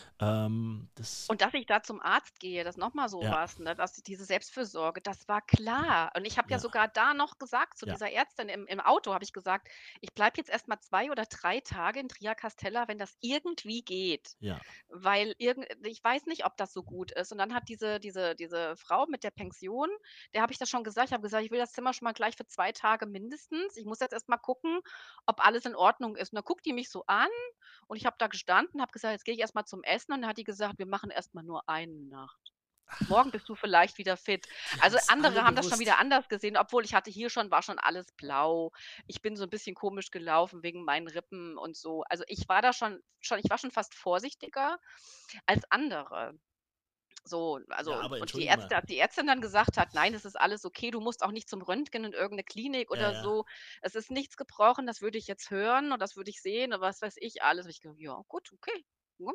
Ähm, das, Und dass ich da zum Arzt gehe, das noch mal so ja, was, ne, dass diese Selbstfürsorge, das war klar. Und ich habe ja ja, sogar da noch gesagt zu ja, dieser Ärztin im im Auto habe ich gesagt: „Ich bleibe jetzt erst mal zwei oder drei Tage in Tria Castella, wenn das irgendwie geht, ja. weil irgend ich weiß nicht, ob das so gut ist." Und dann hat diese diese diese Frau mit der Pension, der habe ich das schon gesagt. Ich habe gesagt: „Ich will das Zimmer schon mal gleich für zwei Tage mindestens. Ich muss jetzt erst mal gucken, ob alles in Ordnung ist." Und dann guckt die mich so an und ich habe da gestanden, habe gesagt: „Jetzt gehe ich erst mal zum Essen." Und dann hat die gesagt: „Wir machen erst mal nur eine Nacht. Morgen bist du vielleicht wieder fit." Die haben Also, es andere alle haben das schon wieder gewusst. anders gesehen, obwohl ich hatte hier schon war schon alles blau. Ich bin so 'n bisschen komisch gelaufen wegen meinen Rippen und so. Also, ich war da schon schon ich war schon fast vorsichtiger als andere. So, also Ja, und aber und die entschuldige mal. Ärzte die Ärztin dann gesagt hat: „Nein, es ist alles okay. Du musst auch nicht zum Röntgen in irgend 'ne Klinik Ja, oder ja. so. Es ist nichts gebrochen, das würde ich jetzt hören und das würde ich sehen und was weiß ich alles." Habe ich gesagt: „Ja, gut, okay." Ne?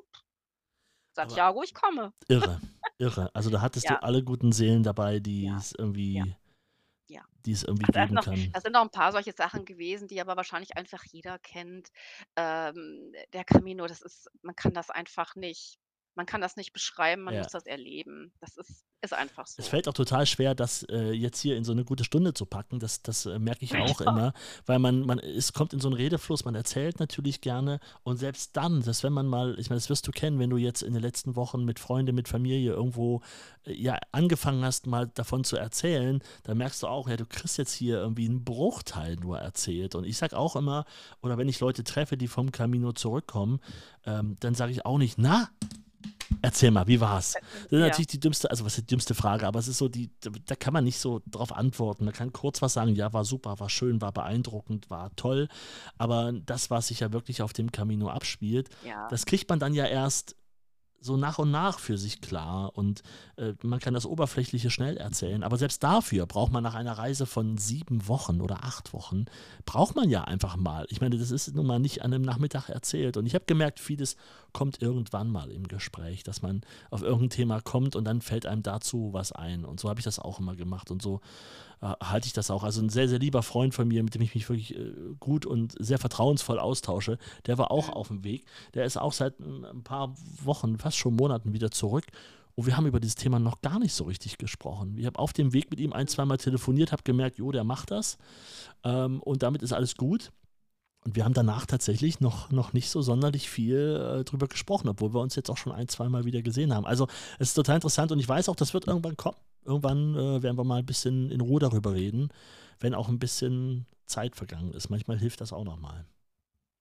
Aber Santiago, ich komme. irre, irre. Also da hattest du Ja, alle guten Seelen dabei, die ja, es ja, irgendwie, ja. die es irgendwie Also, da ist geben noch kann. da sind noch 'n paar solche Sachen gewesen, die aber wahrscheinlich einfach jeder kennt. Ähm, der Camino, das ist man kann das einfach nicht man kann das nicht beschreiben, man muss Ja. das erleben. Das ist ist einfach Es so. fällt auch total schwer, das äh, jetzt hier in so eine gute Stunde zu packen. Das, das äh, merke ich auch Ja, immer, weil man, man es kommt in so einen Redefluss, man erzählt natürlich gerne und selbst dann, dass wenn man mal, ich meine, das wirst du kennen, wenn du jetzt in den letzten Wochen mit Freunden, mit Familie irgendwo äh, ja angefangen hast, mal davon zu erzählen, dann merkst du auch, ja, du kriegst jetzt hier irgendwie einen Bruchteil nur erzählt. Und ich sage auch immer, oder wenn ich Leute treffe, die vom Camino zurückkommen, ähm, dann sage ich auch nicht, na, erzähl mal, wie war's? Das ist ja. natürlich die dümmste, also was ist die dümmste Frage, aber es ist so, die, da kann man nicht so drauf antworten. Man kann kurz was sagen, ja, war super, war schön, war beeindruckend, war toll. Aber das, was sich ja wirklich auf dem Camino abspielt, Ja. das kriegt man dann ja erst so nach und nach für sich klar und äh, man kann das Oberflächliche schnell erzählen, aber selbst dafür braucht man nach einer Reise von sieben Wochen oder acht Wochen, braucht man ja einfach mal. Ich meine, das ist nun mal nicht an einem Nachmittag erzählt und ich habe gemerkt, vieles kommt irgendwann mal im Gespräch, dass man auf irgendein Thema kommt und dann fällt einem dazu was ein und so habe ich das auch immer gemacht und so äh, halte ich das auch. Also ein sehr, sehr lieber Freund von mir, mit dem ich mich wirklich äh, gut und sehr vertrauensvoll austausche, der war auch Mhm. auf dem Weg. Der ist auch seit ein ein paar Wochen, fast schon Monaten wieder zurück. Und wir haben über dieses Thema noch gar nicht so richtig gesprochen. Ich habe auf dem Weg mit ihm ein, Mhm. zweimal telefoniert, habe gemerkt, jo, der macht das. Ähm, und damit ist alles gut. Und wir haben danach tatsächlich noch, noch nicht so sonderlich viel äh, drüber gesprochen, obwohl wir uns jetzt auch schon ein, zweimal wieder gesehen haben. Also es ist total interessant und ich weiß auch, das wird irgendwann kommen. Irgendwann äh, werden wir mal ein bisschen in Ruhe darüber reden, wenn auch ein bisschen Zeit vergangen ist. Manchmal hilft das auch nochmal.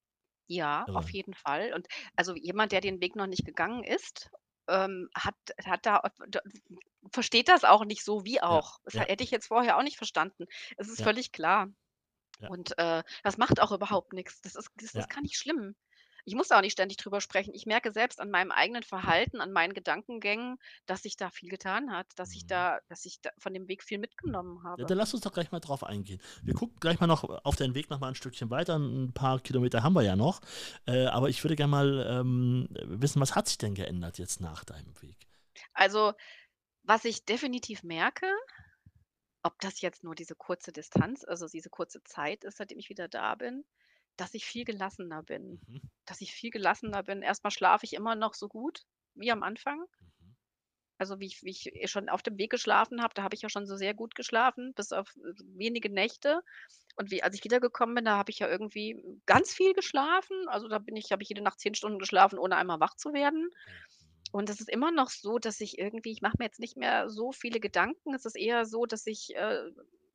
Ja, auf Irre. jeden Fall. Und also jemand, der den Weg noch nicht gegangen ist, ähm, hat hat da d versteht das auch nicht so wie Ja, auch. Das ja, hätte ich jetzt vorher auch nicht verstanden. Es ist ja, völlig klar. ja, Und, äh, das macht auch überhaupt nix. Das ist das ja. ist gar nicht schlimm. Ich muss da auch nicht ständig drüber sprechen. Ich merke selbst an meinem eigenen Verhalten, an meinen Gedankengängen, dass sich da viel getan hat, dass ich Mhm. da dass ich da von dem Weg viel mitgenommen Ja, habe. dann lass uns doch gleich mal drauf eingehen. Wir gucken gleich mal noch auf deinen Weg noch mal ein Stückchen weiter. Ein paar Kilometer haben wir ja noch. Äh, aber ich würde gerne mal ähm, wissen, was hat sich denn geändert jetzt nach deinem Weg? Also, was ich definitiv merke, ob das jetzt nur diese kurze Distanz, also diese kurze Zeit ist, seitdem ich wieder da bin, dass ich viel gelassener bin. Mhm, Dass ich viel gelassener bin. Erst mal schlafe ich immer noch so gut wie am Anfang. mhm. Also, wie ich wie ich eh schon auf dem Weg geschlafen habe, da habe ich ja schon so sehr gut geschlafen, bis auf, äh, wenige Nächte. Und wie als ich wiedergekommen bin, da habe ich ja irgendwie ganz viel geschlafen. Also, da bin ich habe ich jede Nacht zehn Stunden geschlafen, ohne einmal wach zu werden. Oh, mhm, Und es ist immer noch so, dass ich irgendwie ich mache mir jetzt nicht mehr so viele Gedanken. Es ist eher so, dass ich, äh,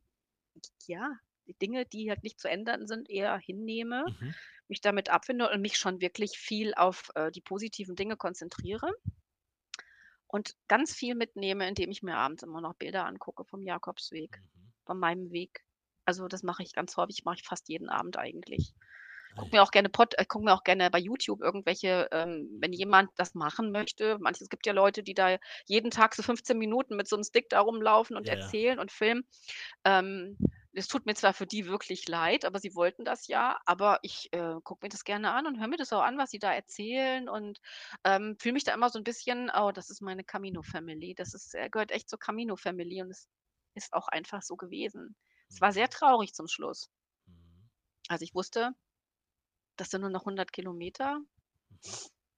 ja, die Dinge, die halt nicht zu ändern sind, eher hinnehme, mhm. mich damit abfinde und mich schon wirklich viel auf, äh, die positiven Dinge konzentriere und ganz viel mitnehme, indem ich mir abends immer noch Bilder angucke vom Jakobsweg, Mhm. von meinem Weg. Also, das mache ich ganz häufig, mache ich fast jeden Abend eigentlich. Ei. Gucke mir auch gerne Pod äh, gucke mir auch gerne bei YouTube irgendwelche ähm, wenn Mhm. jemand das machen möchte. Manche es gibt ja Leute, die da jeden Tag so fünfzehn Minuten mit so 'nem Stick da rumlaufen und Ja, ja. erzählen und filmen. Ähm, Es tut mir zwar für die wirklich leid, aber sie wollten das ja, aber ich, äh, gucke mir das gerne an und höre mir das auch an, was sie da erzählen und, ähm, fühle mich da immer so 'n bisschen: „Oh, das ist meine Camino Family." Das ist äh, gehört echt zur Camino Family und es ist auch einfach so gewesen. Es war sehr Mhm. traurig zum Schluss. Mhm. Als ich wusste, das sind nur noch hundert Kilometer. Mhm.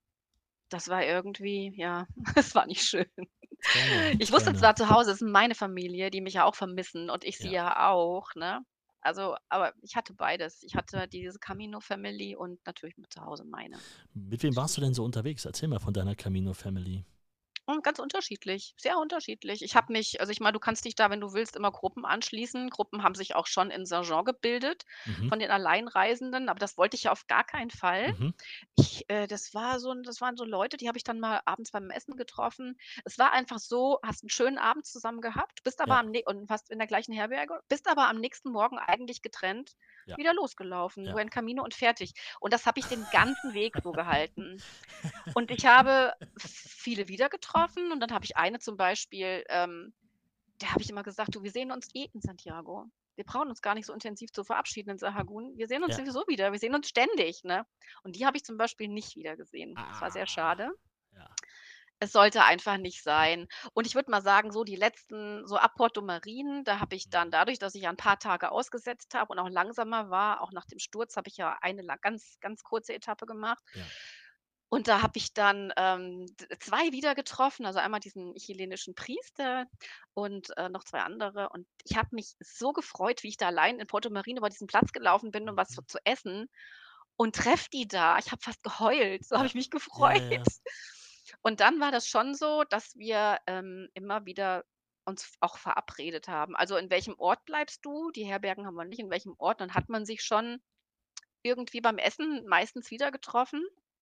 Das war irgendwie ja, es war nicht schön. Träne, Ich wusste Träne. zwar zu Hause, es ist meine Familie, die mich ja auch vermissen und ich sie Ja. ja auch, ne? Also, aber ich hatte beides. Ich hatte diese Camino Family und natürlich mit zu Hause meine. Mit wem Zum warst du denn Schluss. so unterwegs? Erzähl mal von deiner Camino Family. Hm, ganz unterschiedlich, sehr unterschiedlich. Ich habe mich also, ich meine, du kannst dich da, wenn du willst, immer Gruppen anschließen. Gruppen haben sich auch schon in Saint-Jean gebildet Mhm. von den Alleinreisenden, aber das wollte ich ja auf gar keinen Fall. Mhm. Ich äh, das war so 'n das waren so Leute, die habe ich dann mal abends beim Essen getroffen. Es war einfach so, hast 'n schönen Abend zusammen gehabt, bist aber Ja, am nä und warst in der gleichen Herberge, bist aber am nächsten Morgen eigentlich getrennt ja, wieder losgelaufen, ja. Buen Camino und fertig. Und das habe ich den ganzen Weg so gehalten. Und ich habe viele wieder getroffen und dann habe ich eine zum Beispiel, ähm, der habe ich immer gesagt: „Du, wir sehen uns eh in Santiago. Wir brauchen uns gar nicht so intensiv zu verabschieden in Sahagún. Wir sehen uns Ja. sowieso wieder. Wir sehen uns ständig", ne? Und die habe ich zum Beispiel nicht wiedergesehen. Das war sehr Ah. schade. Ja. Es sollte einfach nicht sein. Und ich würde mal sagen, so die letzten so ab Porto Marín, da habe ich dann Mhm. dadurch, dass ich ja 'n paar Tage ausgesetzt habe und auch langsamer war, auch nach dem Sturz habe ich ja eine la ganz, ganz kurze Etappe gemacht. Ja. Und da habe ich dann, ähm, d zwei wieder getroffen, also einmal diesen chilenischen Priester und, äh, noch zwei andere. Und ich habe mich so gefreut, wie ich da allein in Porto Marino über diesen Platz gelaufen bin, um was zu Mhm. zu essen und treffe die da. Ich habe fast geheult, so habe Ja. ich mich Ja, gefreut. ja, ja. Und dann war das schon so, dass wir, ähm, immer wieder uns auch verabredet haben. Also, in welchem Ort bleibst du? Die Herbergen haben wir nicht. In welchem Ort? Dann hat man sich schon irgendwie beim Essen meistens wieder getroffen.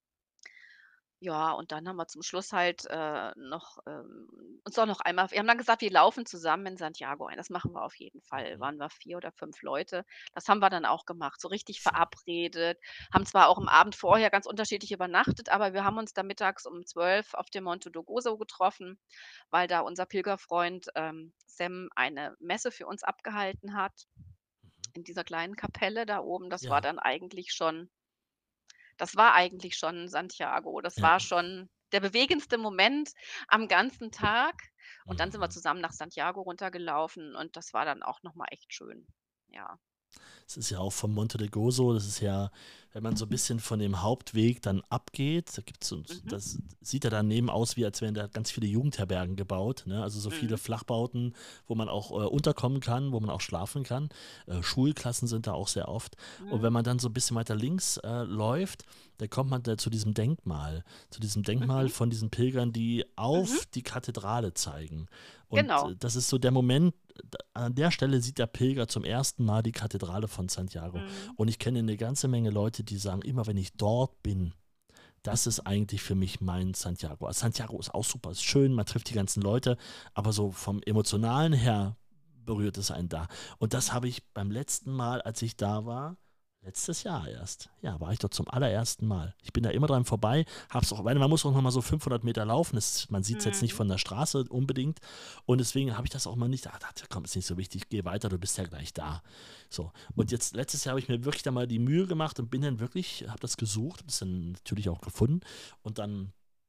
Ja, und dann haben wir zum Schluss halt, äh, noch, ähm, uns auch noch einmal wir haben dann gesagt, wir laufen zusammen in Santiago ein. Das machen wir auf jeden Fall. Mhm. Waren wir vier oder fünf Leute. Das haben wir dann auch gemacht, so richtig Schön. verabredet, haben zwar auch am Abend vorher ganz unterschiedlich übernachtet, aber wir haben uns dann mittags um zwölf auf dem Monte do Gozo getroffen, weil da unser Pilgerfreund, ähm, Sam eine Messe für uns abgehalten hat Mhm. in dieser kleinen Kapelle da oben. Das war Ja, dann eigentlich schon das war eigentlich schon Santiago. Das ja. war schon der bewegendste Moment am ganzen Tag. Und dann sind wir Mhm. zusammen nach Santiago runtergelaufen und das war dann auch noch mal echt schön. Ja. Es ist ja auch vom Monte de Gozo, das ist ja, wenn man so ein bisschen von dem Hauptweg dann abgeht, da gibt's so Mhm. das sieht ja daneben aus, wie als wären da ganz viele Jugendherbergen gebaut, ne? Also, so viele Mhm. Flachbauten, wo man auch, äh, unterkommen kann, wo man auch schlafen kann. Äh, Schulklassen sind da auch sehr oft. Und Mhm. wenn man dann so ein bisschen weiter links, äh, läuft, dann kommt man da zu diesem Denkmal zu diesem Denkmal Mhm. von diesen Pilgern, die Mhm. auf die Kathedrale zeigen. Und, Genau. äh, das ist so der Moment, da, an der Stelle sieht der Pilger zum ersten Mal die Kathedrale von Santiago. Mhm. Und ich kenne eine ganze Menge Leute, die sagen, immer wenn ich dort bin, das ist eigentlich für mich mein Santiago. Also Santiago ist auch super, ist schön, man trifft die ganzen Leute, aber so vom Emotionalen her berührt es einen da. Und das habe ich beim letzten Mal, als ich da war, letztes Jahr erst, ja, war ich dort zum allerersten Mal. Ich bin da immer dran vorbei, hab's auch, weil man muss auch noch mal so fünfhundert Meter laufen, das, man sieht es jetzt nicht Mhm. von der Straße unbedingt und deswegen habe ich das auch mal nicht, ah, das komm, ist nicht so wichtig, geh weiter, du bist ja gleich da. So, und jetzt, letztes Jahr habe ich mir wirklich da mal die Mühe gemacht und bin dann wirklich, habe das gesucht, habe es dann natürlich auch gefunden und dann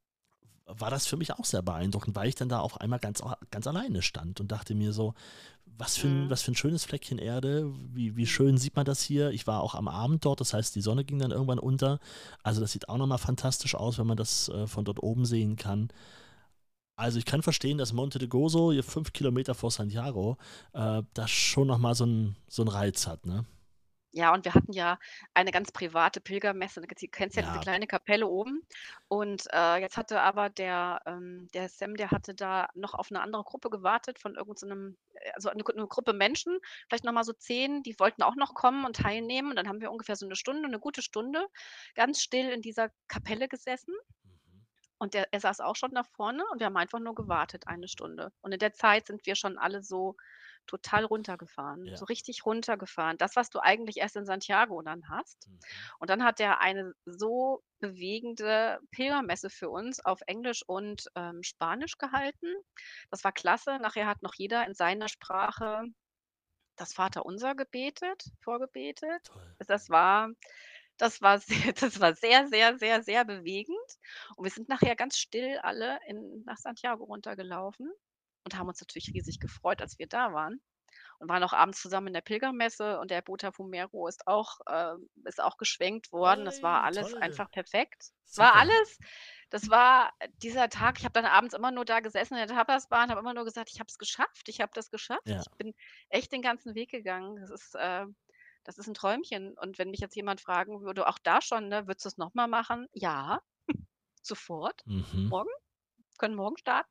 war das für mich auch sehr beeindruckend, weil ich dann da auf einmal ganz, ganz alleine stand und dachte mir so, was für ein, Mhm. was für ein schönes Fleckchen Erde, wie, wie schön sieht man das hier. Ich war auch am Abend dort, das heißt, die Sonne ging dann irgendwann unter. Also das sieht auch nochmal fantastisch aus, wenn man das äh, von dort oben sehen kann. Also ich kann verstehen, dass Monte de Gozo, hier fünf Kilometer vor Santiago, äh, das schon nochmal so einen so einen Reiz hat, ne? Ja, und wir hatten ja eine ganz private Pilgermesse. Du kennst ja diese Ja, kleine Kapelle oben. Und, äh, jetzt hatte aber der, ähm der Sam, der hatte da noch auf 'ne andere Gruppe gewartet von irgend so 'nem äh, also 'ne Gru 'ne Gruppe Menschen, vielleicht noch mal so zehn, die wollten auch noch kommen und teilnehmen. Und dann haben wir ungefähr so 'ne Stunde 'ne gute Stunde ganz still in dieser Kapelle gesessen. mhm. Und der er saß auch schon da vorne und wir haben einfach nur gewartet eine Stunde. Und in der Zeit sind wir schon alle so total runtergefahren, so Ja. richtig runtergefahren. Das, was du eigentlich erst in Santiago dann hast. Mhm. Und dann hat er eine so bewegende Pilgermesse für uns auf Englisch und, ähm, Spanisch gehalten. Das war klasse. Nachher hat noch jeder in seiner Sprache das Vaterunser gebetet vorgebetet. Toll. Das war das war sehr das war sehr, sehr, sehr, sehr bewegend. Und wir sind nachher ganz still alle in nach Santiago runtergelaufen und haben uns natürlich riesig gefreut, als wir da waren und waren auch abends zusammen in der Pilgermesse und der Botafumeiro ist auch ähm, ist auch geschwenkt worden. Das war Ui, alles toll. einfach perfekt. Es war Super. alles das war dieser Tag ich habe dann abends immer nur da gesessen in der Tapasbar und habe immer nur gesagt: „Ich habe es geschafft, ich habe das geschafft.“ Ja. Ich bin echt den ganzen Weg gegangen. Das ist, äh das ist 'n Träumchen. Und wenn mich jetzt jemand fragen würde, auch da schon, ne: „Würdest du's noch mal machen?“ Ja, sofort. Mhm. Morgen? Können morgen starten.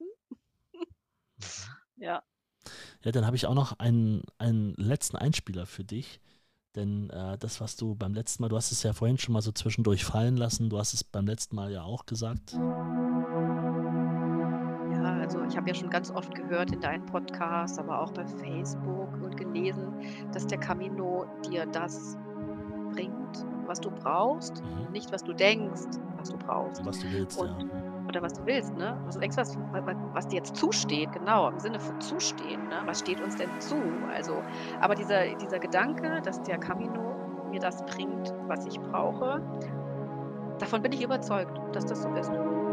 Mhm. Ja. Ja, dann habe ich auch noch einen, einen letzten Einspieler für dich. Denn äh, das, was du beim letzten Mal, du hast es ja vorhin schon mal so zwischendurch fallen lassen, du hast es beim letzten Mal ja auch gesagt. Ja, also, ich habe ja schon ganz oft gehört in deinen Podcasts, aber auch bei Facebook und gelesen, dass der Camino dir das bringt, was du brauchst Mhm. und nicht, was du denkst, was du Und brauchst. was du willst, Und ja. Mhm. oder was du willst, ne? Was du denkst, was wa wa was dir jetzt zusteht, genau, im Sinne von zustehen, ne? Was steht uns denn zu? Also, aber dieser dieser Gedanke, dass der Camino mir das bringt, was ich brauche, davon bin ich überzeugt, dass das so ist.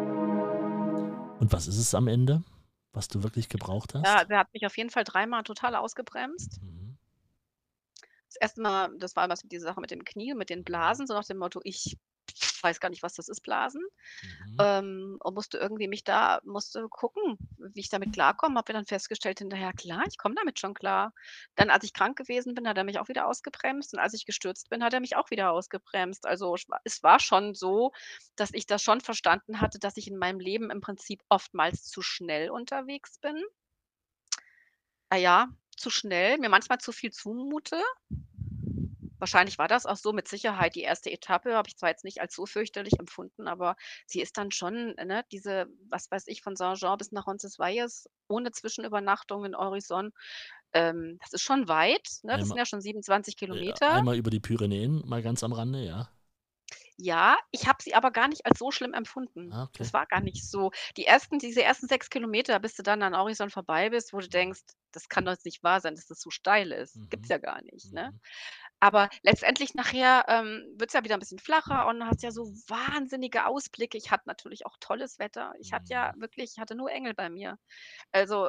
Und was ist es am Ende, was du wirklich gebraucht Ja, hast? der hat mich auf jeden Fall dreimal total ausgebremst. Mhm. Das erste Mal, das war was mit dieser Sache mit dem Knie, mit den Mhm. Blasen, so nach dem Motto: „Ich weiß gar nicht, was das ist, Blasen.“ Mhm. Ähm, und musste irgendwie mich da musste gucken, wie ich damit klarkomme. Habe ja dann festgestellt hinterher, klar, ich komme damit schon klar. Dann, als ich krank gewesen bin, hat er mich auch wieder ausgebremst und als ich gestürzt bin, hat er mich auch wieder ausgebremst. Also, es war es war schon so, dass ich das schon verstanden hatte, dass ich in meinem Leben im Prinzip oftmals zu schnell unterwegs bin. Ah ja, zu schnell, mir manchmal zu viel zumute. Wahrscheinlich war das auch so, mit Sicherheit. Die erste Etappe habe ich zwar jetzt nicht als so fürchterlich empfunden, aber sie ist dann schon, ne, diese, was weiß ich, von Saint-Jean bis nach Roncesvalles ohne Zwischenübernachtung in Orison. Ähm, das ist schon weit, ne? Das sind Einmal, ja schon siebenundzwanzig äh, Kilometer. einmal über die Pyrenäen, mal ganz am Rande, ja. Ja, ich habe sie aber gar nicht als so schlimm empfunden. Ah, okay. Das war gar nicht so. Die ersten diese ersten sechs Kilometer, bis du dann an Orison vorbei bist, wo du Mhm. denkst: „Das kann doch jetzt nicht wahr sein, dass das so steil ist. Gibt's Mhm. ja gar nicht“, ne? Mhm. Aber letztendlich nachher, ähm, wird's ja wieder 'n bisschen flacher und du hast ja so wahnsinnige Ausblicke. Ich hatte natürlich auch tolles Wetter. Ich hatte ja Mhm. wirklich ich hatte nur Engel bei mir. Also,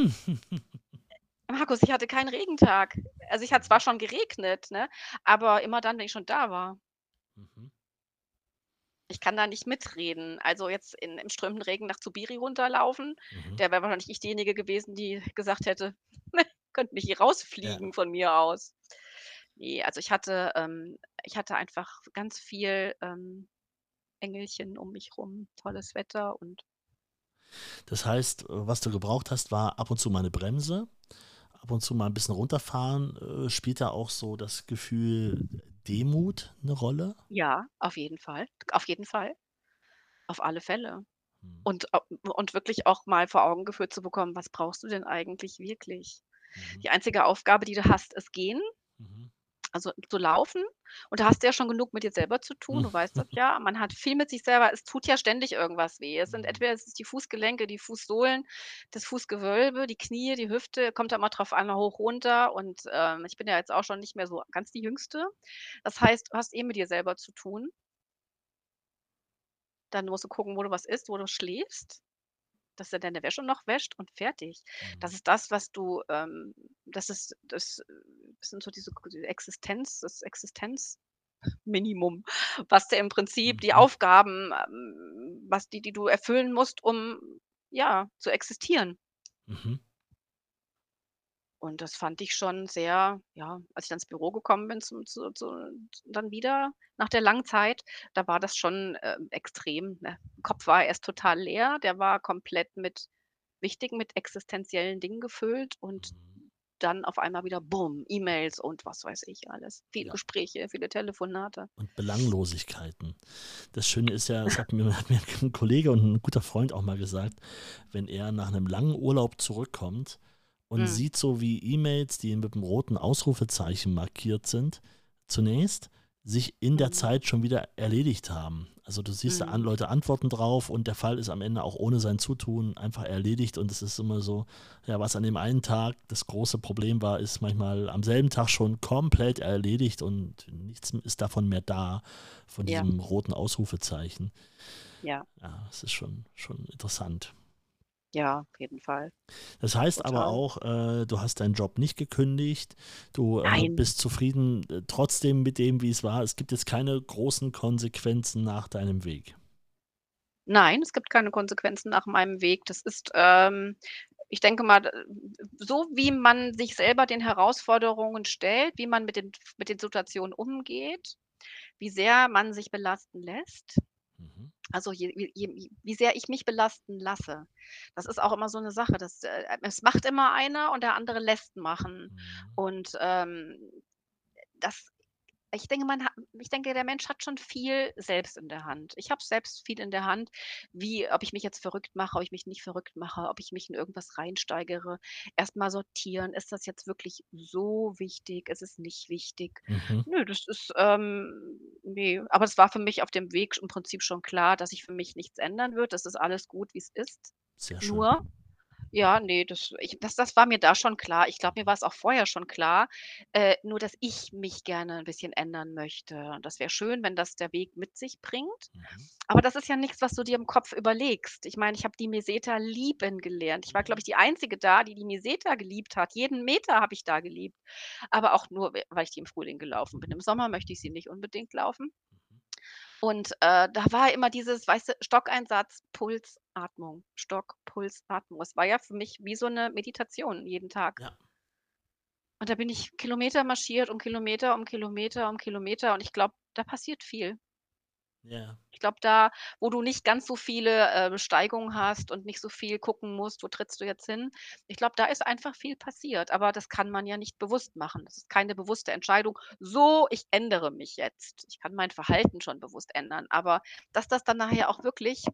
Markus, ich hatte keinen Regentag. Also, ich hatte zwar Mhm. schon geregnet, ne, aber immer dann, wenn ich schon da war. Mhm. Ich kann da nicht mitreden. Also, jetzt in im strömenden Regen nach Zubiri runterlaufen, Mhm. der wäre wahrscheinlich ich diejenige gewesen, die gesagt hätte: „Könnt mich hier Ja. rausfliegen von mir aus.“ Ne, also, ich hatte ähm, ich hatte einfach ganz viel, ähm, Engelchen um mich rum, tolles Wetter und Das heißt, äh, was du gebraucht hast, war ab und zu mal 'ne Bremse, ab und zu mal ein bisschen runterfahren, äh, spielt da auch so das Gefühl Demut eine Rolle? Ja, auf jeden Fall. Auf jeden Fall. Auf alle Fälle. Mhm. Und, au und wirklich auch mal vor Augen geführt zu bekommen: „Was brauchst du denn eigentlich wirklich?“ Mhm. Die einzige Aufgabe, die du hast, ist gehen, Mhm. also zu laufen. Und da hast du ja schon genug mit dir selber zu tun. Du weißt das ja. Man hat viel mit sich selber, es tut ja ständig irgendwas weh. Es sind Mhm. entweder es ist die Fußgelenke, die Fußsohlen, das Fußgewölbe, die Knie, die Hüfte, kommt ja immer drauf an, hoch, runter. Und, ähm, ich bin ja jetzt auch schon nicht mehr so ganz die Jüngste. Das heißt, du hast eh mit dir selber zu tun. Dann musst du gucken, wo du was isst, wo du schläfst, dass du deine Wäsche noch wäscht und fertig. Das Mhm. ist das, was du, ähm das ist das äh, das sind so diese die Existenz das Existenzminimum, was dir im Prinzip die Mhm. Aufgaben, ähm, was die die du erfüllen musst, um, ja, zu existieren. Mhm. Und das fand ich schon sehr ja, als ich dann ins Büro gekommen bin zum zu zu dann wieder nach der langen Zeit, da war das schon, ähm, extrem, ne? Kopf war erst total leer, der war komplett mit wichtigen, mit existenziellen Dingen gefüllt und Mhm. dann auf einmal wieder bumm, E-Mails und was weiß ich alles. Viele Ja. Gespräche, viele Telefonate. Und Belanglosigkeiten. Das Schöne ist ja, das hat mir hat mir 'n Kollege und ein guter Freund auch mal gesagt, wenn er nach einem langen Urlaub zurückkommt und Mhm. sieht so, wie E-Mails, die mit dem roten Ausrufezeichen markiert sind, zunächst sich in der Mhm. Zeit schon wieder erledigt haben. Also, du siehst da an, Mhm. Leute antworten drauf und der Fall ist am Ende auch ohne sein Zutun einfach erledigt und es ist immer so, ja, was an dem einen Tag das große Problem war, ist manchmal am selben Tag schon komplett erledigt und nichts ist davon mehr da, von Ja, diesem roten Ausrufezeichen. ja, Ja, das ist schon schon interessant. ja, auf jeden Fall, Das heißt aber total. auch, äh, du hast deinen Job nicht gekündigt, du, äh, Nein. bist zufrieden, äh, trotzdem mit dem, wie es war. Es gibt jetzt keine großen Konsequenzen nach deinem Weg. Nein, es gibt keine Konsequenzen nach meinem Weg. Das ist, ähm ich denke mal, d so wie man sich selber den Herausforderungen stellt, wie man mit den mit den Situationen umgeht, wie sehr man sich belasten lässt. Mhm. Also, je je je wie sehr ich mich belasten lasse. Das ist auch immer so 'ne Sache, das äh, es macht immer einer und der andere lässt machen. Mhm. Und, ähm, das ich denke, man ha ich denke, der Mensch hat schon viel selbst in der Hand. Ich habe selbst viel in der Hand, wie ob ich mich jetzt verrückt mache, ob ich mich nicht verrückt mache, ob ich mich in irgendwas reinsteigere. Erst mal sortieren, ist das jetzt wirklich so wichtig? Ist es nicht wichtig? Mhm. Nö, das ist, ähm ne, aber es war für mich auf dem Weg im Prinzip schon klar, dass sich für mich nichts ändern wird. Das ist alles gut, wie's ist. Sehr schön. Nur ja, ne, das ich das das war mir da schon klar. Ich glaube, mir war es auch vorher schon klar, äh, nur dass ich mich gerne 'n bisschen ändern möchte. Und das wäre schön, wenn das der Weg mit sich bringt. Mhm. Aber das ist ja nix, was du dir im Kopf überlegst. Ich meine, ich habe die Meseta lieben gelernt. Ich war, glaube ich, die Einzige da, die die Meseta geliebt hat. Jeden Meter habe ich da geliebt, aber auch nur, we weil ich die im Frühling gelaufen bin. Im Sommer möchte ich sie nicht unbedingt laufen. Mhm. Und, äh, da war immer dieses, weißt du, Stockeinsatz, Puls, Atmung, Stock, Puls, Atmung. Es war ja für mich wie so 'ne Meditation jeden Tag. Ja. Und da bin ich Kilometer marschiert um Kilometer, um Kilometer, um Kilometer und ich glaube, da passiert viel. Ja. Ich glaube, da, wo du nicht ganz so viele, äh, Besteigungen hast und nicht so viel gucken musst, wo trittst du jetzt hin? Ich glaube, da ist einfach viel passiert, aber das kann man ja nicht bewusst machen. Das ist keine bewusste Entscheidung: „So, ich ändere mich jetzt.“ Ich kann mein Verhalten schon bewusst ändern, aber dass das dann nachher auch wirklich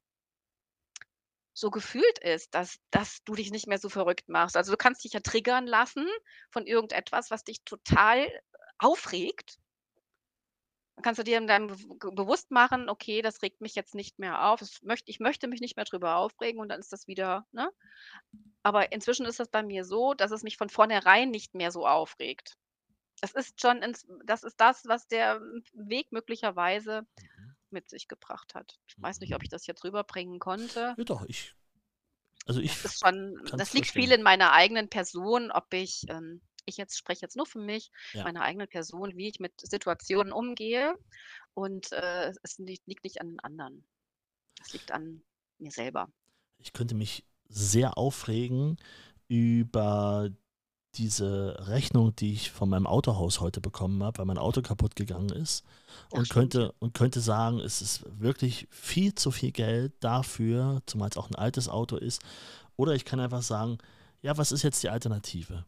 so gefühlt ist, dass dass du dich nicht mehr so verrückt machst. Also, du kannst dich ja triggern lassen von irgendetwas, was dich total äh, aufregt. Dann kannst du dir in deinem Bew bewusst machen: „Okay, das regt mich jetzt nicht mehr auf. Es möcht ich möchte mich nicht mehr drüber aufregen“ und dann ist das wieder ne? Aber inzwischen ist das bei mir so, dass es mich von vornherein nicht mehr so aufregt. Es ist schon ins das ist das, was der Weg möglicherweise Mhm. mit sich gebracht hat. Ich weiß nicht, Mhm. ob ich das jetzt rüberbringen konnte. Ja doch, ich also, ich Das ist schon kann es das liegt viel verstehen. in meiner eigenen Person, ob ich ähm, ich jetzt spreche jetzt nur für mich, Ja. meine eigene Person, wie ich mit Situationen umgehe und, äh, es liegt liegt nicht an den anderen. Es liegt an mir selber. Ich könnte mich sehr aufregen über diese Rechnung, die ich von meinem Autohaus heute bekommen habe, weil mein Auto kaputt gegangen ist Ach, und stimmt, ja. könnte und könnte sagen, es ist wirklich viel zu viel Geld dafür, zumal es auch ein altes Auto ist. Oder ich kann einfach sagen: „Ja, was ist jetzt die Alternative?“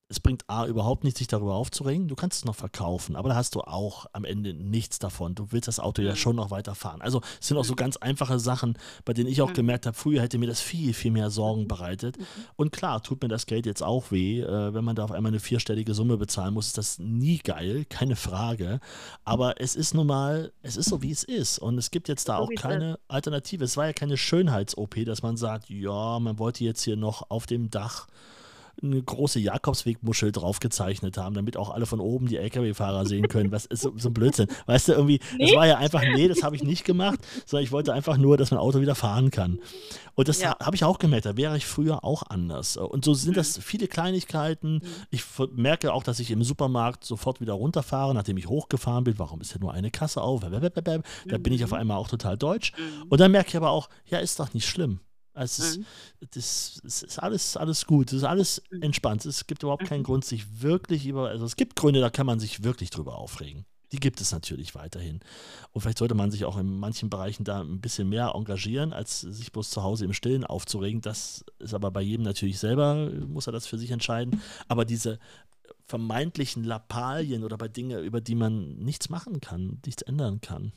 es bringt A überhaupt nichts, sich darüber aufzuregen. Du kannst es noch verkaufen, aber da hast du auch am Ende nichts davon. Du willst das Auto ja Mhm. schon noch weiterfahren. Also es sind auch so Mhm. ganz einfache Sachen, bei denen ich auch Mhm. gemerkt habe, früher hätte mir das viel, viel mehr Sorgen Mhm. bereitet. Mhm. Und klar, tut mir das Geld jetzt auch weh. Äh, wenn man da auf einmal eine vierstellige Summe bezahlen muss, ist das nie geil, keine Frage. Aber es ist nun mal, es ist so, wie es ist. Und es gibt jetzt da So auch wie es ist. keine Alternative. Es war ja keine Schönheits-O P, dass man sagt, ja, man wollte jetzt hier noch auf dem Dach eine große Jakobswegmuschel drauf gezeichnet haben, damit auch alle von oben die L K W-Fahrer sehen können. Was ist so, so ein Blödsinn? Weißt du, irgendwie, das war ja einfach, nee, das habe ich nicht gemacht, sondern ich wollte einfach nur, dass mein Auto wieder fahren kann. Und das Ja. ha- habe ich auch gemerkt, da wäre ich früher auch anders. Und so sind Mhm. das viele Kleinigkeiten. Mhm. Ich f- merke auch, dass ich im Supermarkt sofort wieder runterfahre, nachdem ich hochgefahren bin. Warum ist denn nur eine Kasse auf? Da bin ich auf Mhm. einmal auch total deutsch. Mhm. Und dann merke ich aber auch, ja, ist doch nicht schlimm. Es ist, Mhm. das, es ist alles, alles gut, es ist alles Mhm. entspannt. Es gibt überhaupt keinen Mhm. Grund, sich wirklich über, also es gibt Gründe, da kann man sich wirklich drüber aufregen. Die gibt es natürlich weiterhin. Und vielleicht sollte man sich auch in manchen Bereichen da ein bisschen mehr engagieren, als sich bloß zu Hause im Stillen aufzuregen. Das ist aber bei jedem natürlich selber, muss er das für sich entscheiden. Aber diese vermeintlichen Lappalien oder bei Dingen, über die man nichts machen kann, nichts ändern kann,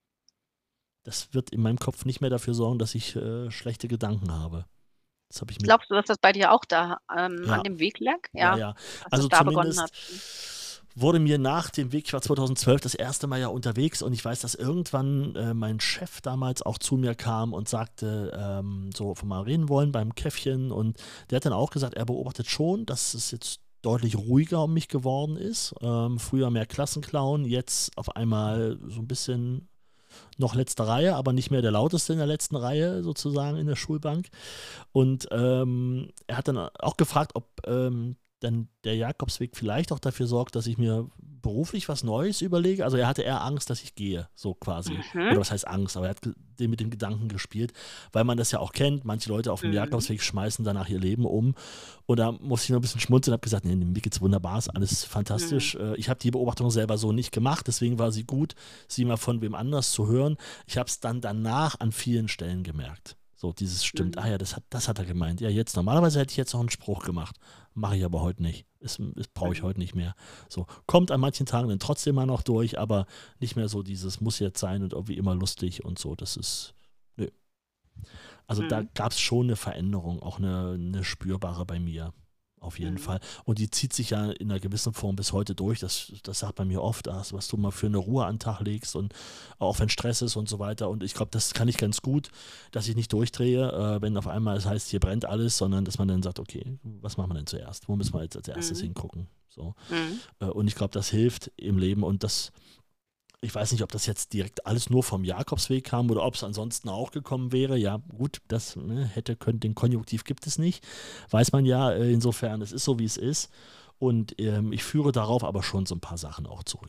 das wird in meinem Kopf nicht mehr dafür sorgen, dass ich äh, schlechte Gedanken habe. Das habe ich mit, Glaubst du, dass das bei dir auch da ähm, ja, an dem Weg lag? ja, Ja, ja. dass Also das da begonnen zumindest hat. Mhm. wurde mir nach dem Weg, ich war zweitausendzwölf das erste Mal ja unterwegs und ich weiß, dass irgendwann äh, mein Chef damals auch zu mir kam und sagte, ähm, so von mal reden wollen beim Käffchen und der hat dann auch gesagt, er beobachtet schon, dass es jetzt deutlich ruhiger um mich geworden ist. Ähm, früher mehr Klassenclown, jetzt auf einmal so ein bisschen noch letzte Reihe, aber nicht mehr der lauteste in der letzten Reihe sozusagen in der Schulbank. Und ähm, er hat dann auch gefragt, ob ähm, dann der Jakobsweg vielleicht auch dafür sorgt, dass ich mir beruflich was Neues überlege. Also er hatte eher Angst, dass ich gehe, so quasi. Mhm. Oder was heißt Angst, aber er hat ge- den mit dem Gedanken gespielt, weil man das ja auch kennt. Manche Leute auf dem Mhm. Jakobsweg schmeißen danach ihr Leben um. Und da musste ich noch ein bisschen schmunzeln und habe gesagt, nee, nee, mir geht's wunderbar, ist alles Mhm. fantastisch. Äh, Ich habe die Beobachtung selber so nicht gemacht, deswegen war sie gut, sie mal von wem anders zu hören. Ich habe es dann danach an vielen Stellen gemerkt. So, dieses stimmt. Ah Mhm. ja, das hat, das hat er gemeint. Ja, jetzt, normalerweise hätte ich jetzt noch einen Spruch gemacht. Mache ich aber heute nicht. Das, das brauche ich Mhm. heute nicht mehr. So, kommt an manchen Tagen dann trotzdem mal noch durch, aber nicht mehr so dieses muss jetzt sein und irgendwie immer lustig und so. Das ist, nö. Also da Mhm. gab es schon eine Veränderung, auch eine, eine spürbare bei mir. Auf jeden Mhm. Fall. Und die zieht sich ja in einer gewissen Form bis heute durch. Das, das sagt man mir oft, das, was du mal für eine Ruhe an den Tag legst und auch wenn Stress ist und so weiter. Und ich glaube, das kann ich ganz gut, dass ich nicht durchdrehe, äh, wenn auf einmal es heißt, hier brennt alles, sondern dass man dann sagt, okay, was machen wir denn zuerst? Wo müssen wir jetzt als erstes Mhm. hingucken? So. Mhm. Äh, und ich glaube, das hilft im Leben und das, ich weiß nicht, ob das jetzt direkt alles nur vom Jakobsweg kam oder ob es ansonsten auch gekommen wäre. Ja, gut, das ne, hätte, könnte, den Konjunktiv gibt es nicht. Weiß man ja, äh, insofern, es ist so, wie es ist. Und ähm, ich führe darauf aber schon so ein paar Sachen auch zurück.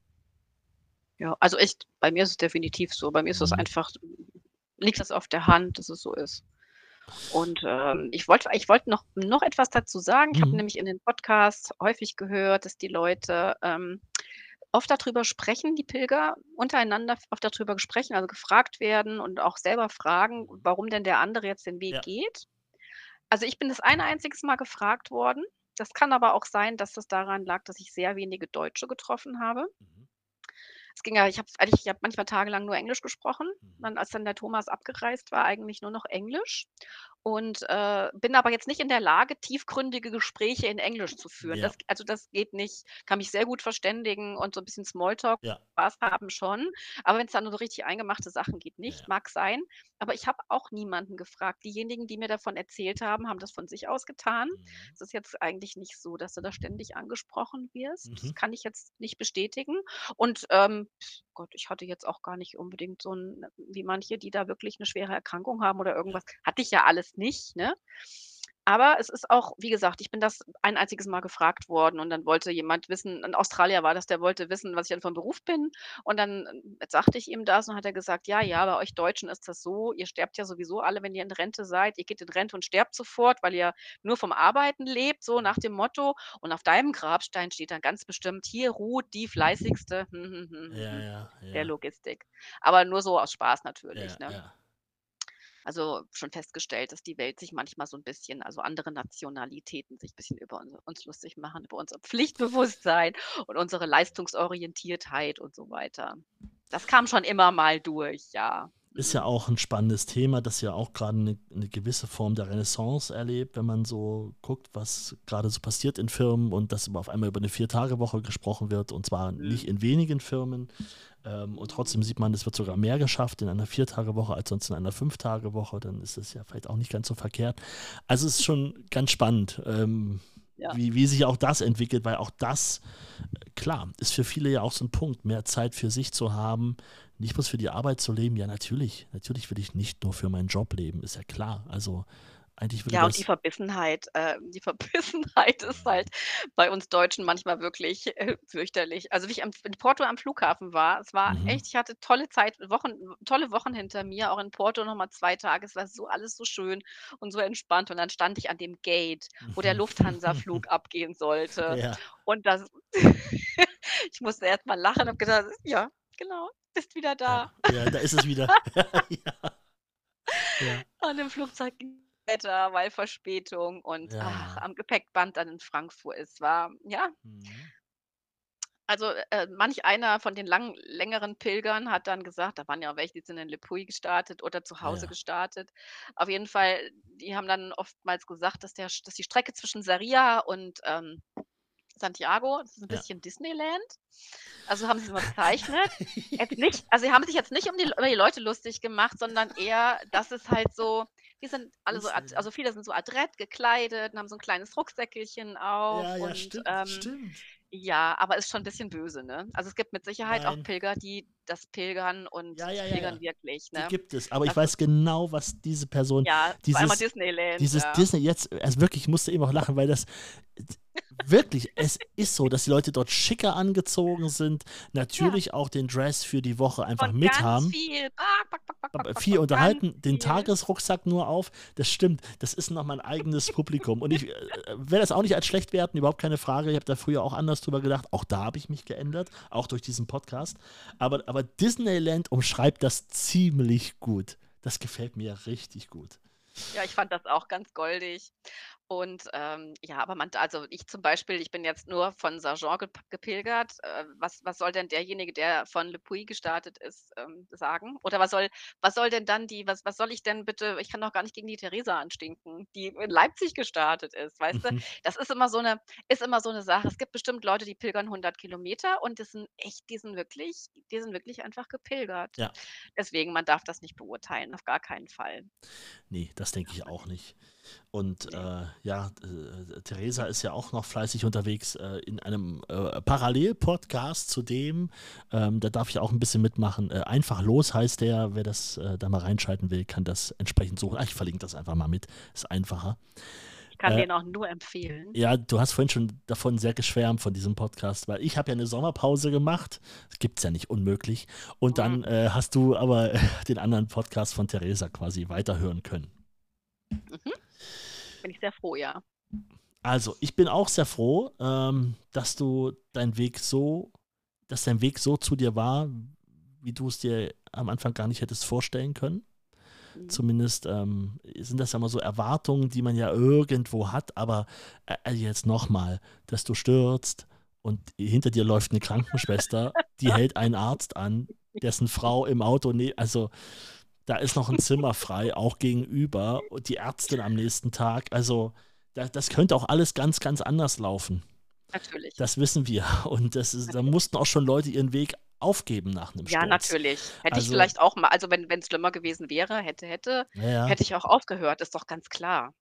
Ja, also echt, bei mir ist es definitiv so. Bei mir ist es Mhm. einfach, liegt das auf der Hand, dass es so ist. Und ähm, ich wollte ich wollte noch, noch etwas dazu sagen. Ich habe Mhm. nämlich in den Podcasts häufig gehört, dass die Leute ähm, oft darüber sprechen, die Pilger untereinander oft darüber sprechen, also gefragt werden und auch selber fragen, warum denn der andere jetzt den Weg Ja. geht. Also ich bin das ein einziges Mal gefragt worden. Das kann aber auch sein, dass das daran lag, dass ich sehr wenige Deutsche getroffen habe. Mhm. Es ging ja ich habe eigentlich ich habe manchmal tagelang nur Englisch gesprochen. Mhm. Dann, als dann der Thomas abgereist war, eigentlich nur noch Englisch. Und, äh, bin aber jetzt nicht in der Lage, tiefgründige Gespräche in Englisch zu führen. Ja, Das also, das geht nicht. Kann mich sehr gut verständigen und so 'n bisschen Smalltalk, ja, Spaß haben schon. Aber wenn's dann um so richtig eingemachte Sachen geht, ja, nicht. ja. Mag sein. Aber ich habe auch niemanden gefragt. Diejenigen, die mir davon erzählt haben, haben das von sich aus getan. Mhm. Es ist jetzt eigentlich nicht so, dass du da ständig angesprochen wirst. Das Mhm. kann ich jetzt nicht bestätigen. Und, ähm, Gott, ich hatte jetzt auch gar nicht unbedingt so 'n wie manche, die da wirklich 'ne schwere Erkrankung haben oder Ja. irgendwas. Hatte ich ja alles nicht, ne? Aber es ist auch wie gesagt, ich bin das ein einziges Mal gefragt worden und dann wollte jemand wissen 'n Australier war das, der wollte wissen, was ich denn von Beruf bin. Und dann, ähm, sagte ich ihm das und hat er gesagt: „Ja, ja, bei euch Deutschen ist das so, ihr sterbt ja sowieso alle, wenn ihr in Rente seid. Ihr geht in Rente und sterbt sofort, weil ihr nur vom Arbeiten lebt“, so nach dem Motto. „Und auf deinem Grabstein steht dann ganz bestimmt: ‚Hier ruht die fleißigste hm, hm, hm, hm, Ja, hm, ja, der ja, Logistik.'“ Aber nur so aus Spaß ja, natürlich, ne? ja. also schon festgestellt, dass die Welt sich manchmal so ein bisschen also andere Nationalitäten sich ein bisschen über uns uns lustig machen, über unser Pflichtbewusstsein und unsere Leistungsorientiertheit und so weiter. Das kam schon immer mal durch, ja. Ist ja Mhm. auch ein spannendes Thema, das ja auch gerade eine 'ne gewisse Form der Renaissance erlebt, wenn man so guckt, was gerade so passiert in Firmen und dass auf einmal über eine Vier-Tage-Woche gesprochen wird und zwar nicht Mhm. in wenigen Firmen. Ähm, und Mhm. trotzdem sieht man, es wird sogar mehr geschafft in einer Vier-Tage-Woche als sonst in einer Fünf-Tage-Woche. Dann ist es ja vielleicht auch nicht ganz so verkehrt. Also, es ist schon ganz spannend, ähm, Ja. wie wie sich auch das entwickelt, weil auch das, äh, klar, ist für viele ja auch so ein Punkt, mehr Zeit für sich zu haben, nicht bloß für die Arbeit zu leben. Ja, natürlich. Natürlich will ich nicht nur für meinen Job leben, ist ja klar. Also, eigentlich würde Ja, und die das Verbissenheit äh, die Verbissenheit ist halt bei uns Deutschen manchmal wirklich, äh, fürchterlich. Also, wie ich am in Porto am Flughafen war, es war mhm, echt ich hatte tolle Zeit Wochen tolle Wochen hinter mir, auch in Porto noch mal zwei Tage. Es war so alles so schön und so entspannt und dann stand ich an dem Gate, wo der mhm. Lufthansa-Flug abgehen sollte Ja, und das ich musste erst mal lachen und habe gedacht: „Ja, genau, bist wieder ja, da.“ ja, da ist es wieder. Ja, ja, An dem Flugzeug Wetter, weil Verspätung und, ja, ach, ja. am Gepäckband dann in Frankfurt. Es war ja, Mhm. also, äh, manch einer von den lang längeren Pilgern hat dann gesagt da waren ja auch welche, die sind in Le Puy gestartet oder zu Ja, Hause ja. gestartet. Auf jeden Fall, die haben dann oftmals gesagt, dass der dass die Strecke zwischen Sarria und, ähm, Santiago, das ist 'n Ja. bisschen Disneyland. Also, haben sie's immer bezeichnet. Jetzt nicht also, sie haben sich jetzt nicht um die über die Leute lustig gemacht, sondern eher, dass es halt so die sind alle so ad Disneyland. also, viele sind so adrett gekleidet und haben so 'n kleines Rucksäckelchen auf Ja, ja, und, stimmt, ähm, stimmt. ja, aber ist schon 'n bisschen böse, ne? Also, es gibt mit Sicherheit auch Nein. Pilger, die das pilgern und Ja, die ja, ja, pilgern ja. wirklich, Die ne? gibt es. Aber ich Das ist weiß genau, was diese Person ja, es war immer dieses Disneyland, dieses ja. Disney jetzt also wirklich, ich musste eben auch lachen, weil das wirklich, es ist so, dass die Leute dort schicker angezogen sind, Ja, natürlich auch den Dress für die Woche einfach von mit ganz haben. viel, back, back, back, back, back, Aber back, viel von ganz unterhalten, den viel. Tagesrucksack nur auf. Das stimmt, das ist noch mal 'n eigenes Publikum. Und ich, äh, will das auch nicht als schlecht werten, überhaupt keine Frage. Ich habe da früher auch anders drüber gedacht. Auch da habe ich mich geändert, auch durch diesen Podcast. Aber aber Disneyland umschreibt das ziemlich gut. Das gefällt mir richtig gut. Ja, ich fand das auch ganz goldig. Und, ähm, ja, aber man also, ich zum Beispiel, ich bin jetzt nur von Saint-Jean gep gepilgert. Äh, was was soll denn derjenige, der von Le Puy gestartet ist, ähm, sagen? Oder was soll was soll denn dann die was was soll ich denn bitte ich kann doch gar nicht gegen die Theresa anstinken, die in Leipzig gestartet ist, weißt du? Mhm. Das ist immer so eine ist immer so eine Sache. Es gibt bestimmt Leute, die pilgern hundert Kilometer und das sind echt die sind wirklich die sind wirklich einfach gepilgert. Ja, Deswegen, man darf das nicht beurteilen, auf gar keinen Fall. ne, das denke ich auch nicht. Und Ne. äh, ja, äh, Theresa ist ja auch noch fleißig unterwegs äh, in einem äh, Parallel-Podcast zu dem. Ähm, da darf ich auch ein bisschen mitmachen. Äh, einfach los heißt der. Wer das äh, da mal reinschalten will, kann das entsprechend suchen. Ah, ich verlinke das einfach mal mit. Ist einfacher. Ich kann Äh, den auch nur empfehlen. ja, du hast vorhin schon davon sehr geschwärmt von diesem Podcast, weil ich habe ja eine Sommerpause gemacht. Das gibt's ja nicht unmöglich. Und Mhm, dann äh, hast du aber äh, den anderen Podcast von Theresa quasi weiterhören können. mhm. Bin ich sehr froh, ja. Also, ich bin auch sehr froh, ähm, dass du deinen Weg so dass dein Weg so zu dir war, wie du es dir am Anfang gar nicht hättest vorstellen können. Mhm. Zumindest ähm, sind das ja mal so Erwartungen, die man ja irgendwo hat, aber äh, äh, jetzt nochmal, dass du stürzt und hinter dir läuft eine Krankenschwester, die hält einen Arzt an, dessen Frau im Auto, ne also da ist noch ein Zimmer frei, auch gegenüber und die Ärztin am nächsten Tag. Also, da das könnte auch alles ganz, ganz anders laufen. Natürlich, Das wissen wir. Und das ist da natürlich. mussten auch schon Leute ihren Weg aufgeben nach einem Ja, Sturz. natürlich. Hätte ich Also, vielleicht auch mal also, wenn wenn's schlimmer gewesen wäre, hätte hätte, ja, ja, hätte ich auch aufgehört, ist doch ganz klar.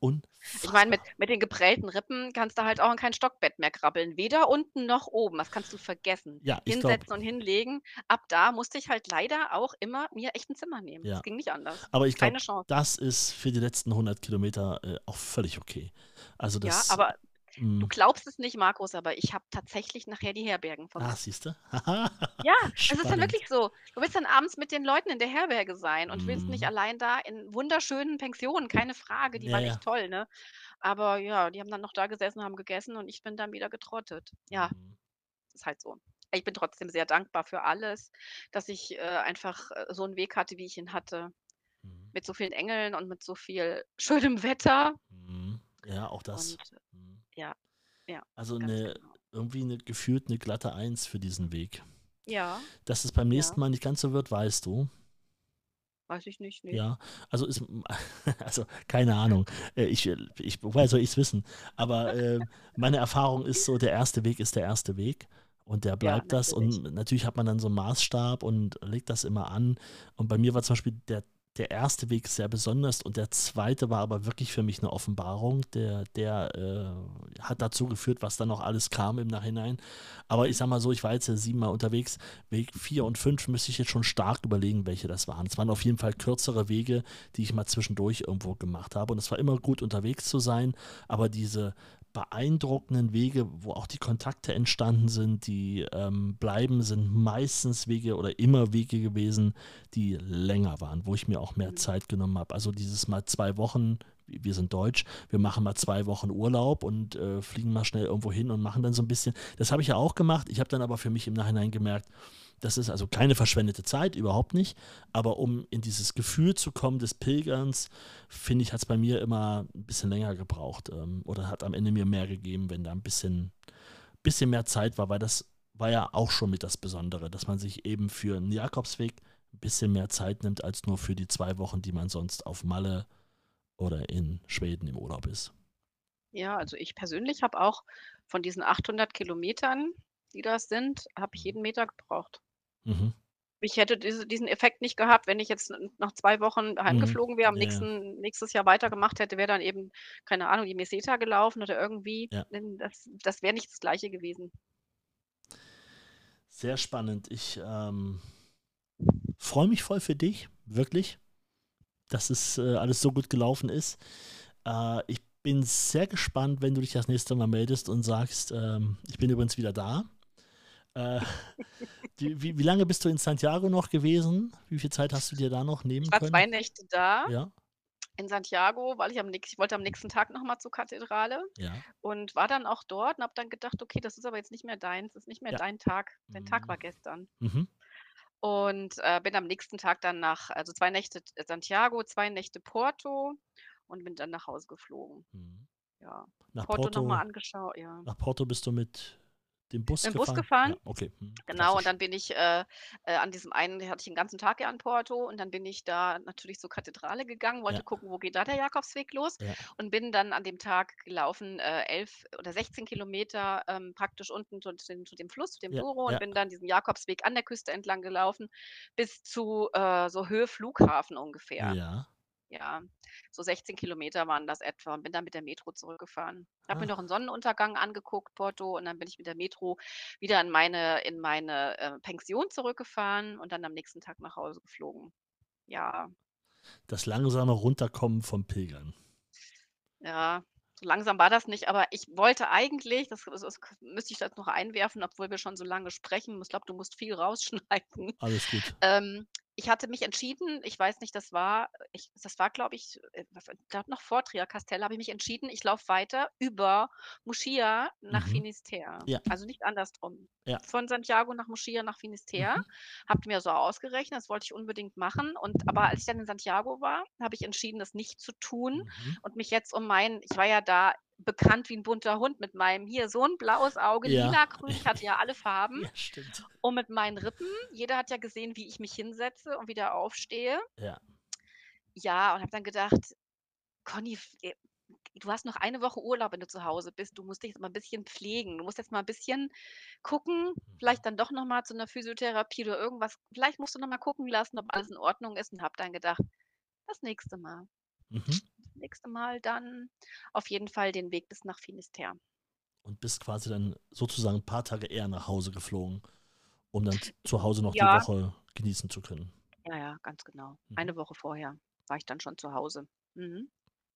Ich meine, mit unfassbar. mit den geprellten Rippen kannst du halt auch in kein Stockbett mehr krabbeln, weder unten noch oben. Das kannst du vergessen. Ja, ich glaube Hinsetzen und hinlegen. Ab da musste ich halt leider auch immer mir echt 'n Zimmer nehmen. Es ja. ging nicht anders. Aber ich Keine glaube, Chance. das ist für die letzten hundert Kilometer äh, auch völlig okay. Also, Ja, das aber du mhm. glaubst es nicht, Markus, aber ich habe tatsächlich nachher die Herbergen Ah, vermisst. siehst du? Ja, es ist dann Spannend. wirklich so. Du willst dann abends mit den Leuten in der Herberge sein und willst nicht Mhm. allein da in wunderschönen Pensionen, keine Frage, die Ja, waren echt ja. toll, ne? Aber ja, die haben dann noch da gesessen, haben gegessen und ich bin dann wieder getrottet. Ja, Mhm. ist halt so. Ich bin trotzdem sehr dankbar für alles, dass ich, äh, einfach, äh, so 'n Weg hatte, wie ich ihn hatte. Mhm. mit so vielen Engeln und mit so viel schönem Wetter. Mhm. Ja, auch das. Und Mhm. ja, ja, Also ganz eine, genau. irgendwie eine, gefühlt eine glatte Eins für diesen Weg. Ja, Dass es beim ja, nächsten Mal nicht ganz so wird, weißt du. weiß ich nicht, ne. Ja, also ist, also keine Ahnung. Äh, Ich, ich, woher soll ich es wissen? Aber äh, meine Erfahrung ist so, der erste Weg ist der erste Weg und der Ja, bleibt das. natürlich. Und natürlich hat man dann so einen Maßstab und legt das immer an. Und bei mir war zum Beispiel der, der erste Weg sehr besonders und der zweite war aber wirklich für mich eine Offenbarung. Der, der äh, hat dazu geführt, was dann noch alles kam im Nachhinein. Aber ich Mhm. sag mal so, ich war jetzt ja siebenmal unterwegs. Weg vier und fünf müsste ich jetzt schon stark überlegen, welche das waren. Es waren auf jeden Fall kürzere Wege, die ich mal zwischendurch irgendwo gemacht habe. Und es war immer gut, unterwegs zu sein, aber diese beeindruckenden Wege, wo auch die Kontakte entstanden sind, die ähm, bleiben, sind meistens Wege oder immer Wege gewesen, die länger waren, wo ich mir auch mehr Mhm. Zeit genommen habe. Also dieses Mal zwei Wochen, wir sind deutsch, wir machen mal zwei Wochen Urlaub und äh, fliegen mal schnell irgendwo hin und machen dann so ein bisschen. Das habe ich ja auch gemacht. Ich habe dann aber für mich im Nachhinein gemerkt, das ist also keine verschwendete Zeit, überhaupt nicht. Aber um in dieses Gefühl zu kommen des Pilgerns, finde ich, hat es bei mir immer ein bisschen länger gebraucht. Ähm, oder hat am Ende mir mehr gegeben, wenn da ein bisschen, bisschen mehr Zeit war, weil das war ja auch schon mit das Besondere, dass man sich eben für einen Jakobsweg ein bisschen mehr Zeit nimmt, als nur für die zwei Wochen, die man sonst auf Malle oder in Schweden im Urlaub ist. Ja, also ich persönlich habe auch von diesen achthundert Kilometern, die das sind, habe ich Mhm. jeden Meter gebraucht. Mhm. Ich hätte diese diesen Effekt nicht gehabt, wenn ich jetzt n nach zwei Wochen Mhm. heimgeflogen wäre, am Ja, ja, nächsten nächstes Jahr weitergemacht hätte, wäre dann eben, keine Ahnung, die Meseta gelaufen oder irgendwie. ja. Denn das das wäre nicht das Gleiche gewesen. Sehr spannend. Ich ähm, freue mich voll für dich, wirklich, dass es äh, alles so gut gelaufen ist. Äh, ich bin sehr gespannt, wenn du dich das nächste Mal meldest und sagst, ähm, ich bin übrigens wieder da. Äh, die, wie, wie lange bist du in Santiago noch gewesen? Wie viel Zeit hast du dir da noch Ich nehmen war können? zwei Nächte da Ja, in Santiago, weil ich am nächsten ich wollte am nächsten Tag noch mal zur Kathedrale ja, und war dann auch dort und habe dann gedacht: „Okay, das ist aber jetzt nicht mehr deins, das ist nicht mehr ja. dein Tag. Dein Tag Mhm. war gestern.“ Mhm. Und, äh, bin am nächsten Tag dann nach also zwei Nächte t Santiago, zwei Nächte Porto und bin dann nach Hause geflogen. Mhm. Ja. Nach Porto noch mal Porto, angeschaut, ja. nach Porto bist du mit dem Bus Mit'm Bus gefahren? gefahren, Ja, okay, mhm. genau, und Klassisch. dann bin ich, äh, äh, an diesem einen hatte ich 'n ganzen Tag ja in Porto und dann bin ich da natürlich zur Kathedrale gegangen, wollte Ja, gucken, wo geht da der Jakobsweg los ja, und bin dann an dem Tag gelaufen, äh, elf oder sechzehn Kilometer, ähm, praktisch unten zu dem zu dem Fluss, zu dem ja, Douro und ja, bin dann diesen Jakobsweg an der Küste entlang gelaufen bis zu, äh, so Höhe Flughafen ungefähr. ja. Ja, so sechzehn Kilometer waren das etwa und bin dann mit der Metro zurückgefahren. Habe mir noch 'n Ach, Sonnenuntergang angeguckt, Porto, und dann bin ich mit der Metro wieder in meine in meine, äh, Pension zurückgefahren und dann am nächsten Tag nach Hause geflogen. Ja, das langsame Runterkommen vom Pilgern. ja, so langsam war das nicht, aber ich wollte eigentlich, das das das müsste ich jetzt noch einwerfen, obwohl wir schon so lange sprechen. Ich glaube, du musst viel rausschneiden. Alles gut. Ähm, ich hatte mich entschieden, ich weiß nicht, das war ich das war, glaube ich, äh, was glaube noch vor Trier-Castell habe ich mich entschieden, ich laufe weiter über Moschia nach Mhm. Finisterre, Ja, also nicht andersrum. ja. Von Santiago nach Moschia nach Finisterre. Mhm. Habe mir so ausgerechnet, das wollte ich unbedingt machen und aber als ich dann in Santiago war, habe ich entschieden, das nicht zu tun Mhm. und mich jetzt um meinen ich war ja da bekannt wie 'n bunter Hund mit meinem hier so 'n blaues Auge, Ja. lila, grün, ich hatte ja alle Farben. Ja, stimmt. Und mit meinen Rippen, jeder hat ja gesehen, wie ich mich hinsetze und wieder aufstehe. Ja. Ja, und habe dann gedacht: „Conny, f äh, du hast noch eine Woche Urlaub, wenn du zu Hause bist. Du musst dich jetzt mal 'n bisschen pflegen. Du musst jetzt mal 'n bisschen gucken, Mhm. vielleicht dann doch noch mal zu 'ner Physiotherapie oder irgendwas. Vielleicht musst du noch mal gucken lassen, ob alles in Ordnung ist.“ Und habe dann gedacht: „Das nächste Mal. Mhm. Das nächste Mal dann auf jeden Fall den Weg bis nach Finisterre.“ Und bist quasi dann sozusagen ein paar Tage eher nach Hause geflogen, um dann z zu Hause noch die Ja, Woche genießen zu können. ja, ja, ganz genau. Mhm. Eine Woche vorher war ich dann schon zu Hause. Mhm.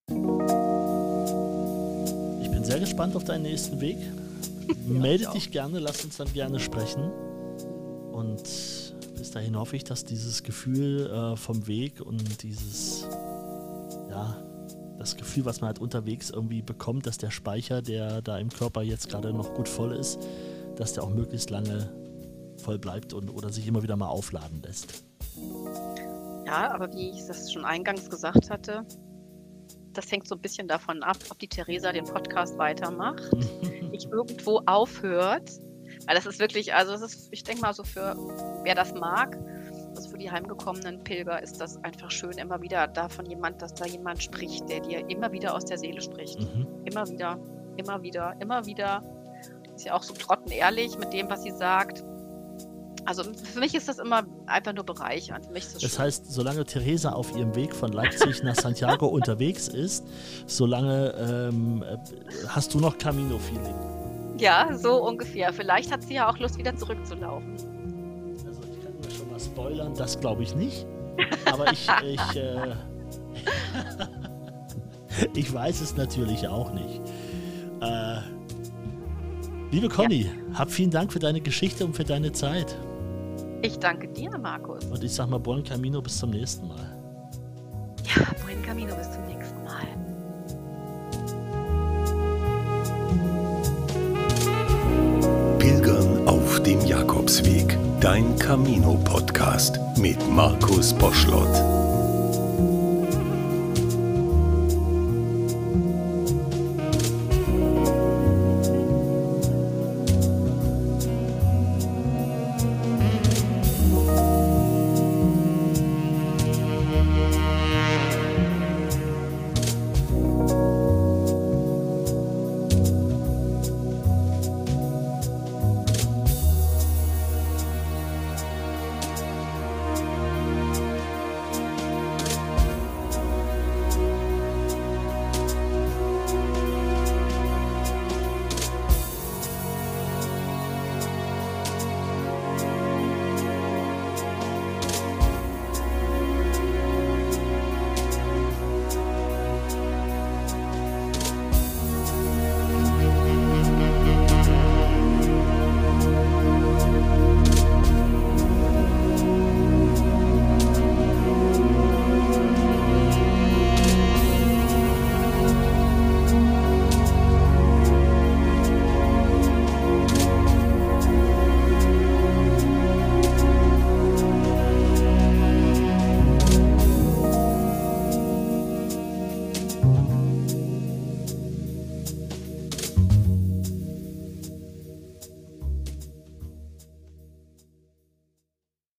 Ich bin sehr gespannt auf deinen nächsten Weg. Ja, ich Melde auch. dich gerne, lass uns dann gerne sprechen. Und bis dahin hoffe ich, dass dieses Gefühl äh, vom Weg und dieses, ja, das Gefühl, was man halt unterwegs irgendwie bekommt, dass der Speicher, der da im Körper jetzt gerade noch gut voll ist, dass der auch möglichst lange voll bleibt und oder sich immer wieder mal aufladen lässt. Ja, Ja, aber wie ich das schon eingangs gesagt hatte, das hängt so ein bisschen davon ab, ob die Theresa den Podcast weitermacht, nicht irgendwo aufhört, weil das ist wirklich, also, das ist, ich denke mal so, für wer das mag, also für die heimgekommenen Pilger ist das einfach schön, immer wieder davon jemand, dass da jemand spricht, der dir immer wieder aus der Seele spricht. Mhm. Immer wieder, immer wieder, immer wieder. Ist ja auch so grottenehrlich mit dem, was sie sagt. Also für mich ist das immer einfach nur bereichernd. Für mich ist das Das schön. heißt, solange Theresa auf ihrem Weg von Leipzig nach Santiago unterwegs ist, solange ähm, äh, hast du noch Camino-Feeling. Ja, so ungefähr. Vielleicht hat sie ja auch Lust, wieder zurückzulaufen. Also ich kann mir schon mal spoilern, das glaube ich nicht. Aber ich, ich, äh, ich weiß es natürlich auch nicht. Äh, liebe Conny, hab vielen Dank für deine Geschichte und für deine Zeit. Ich danke dir, Markus. Und ich sag mal Buen Camino, bis zum nächsten Mal. Ja, Buen Camino, bis zum nächsten Mal. Pilgern auf dem Jakobsweg. Dein Camino-Podcast mit Markus Poschlott.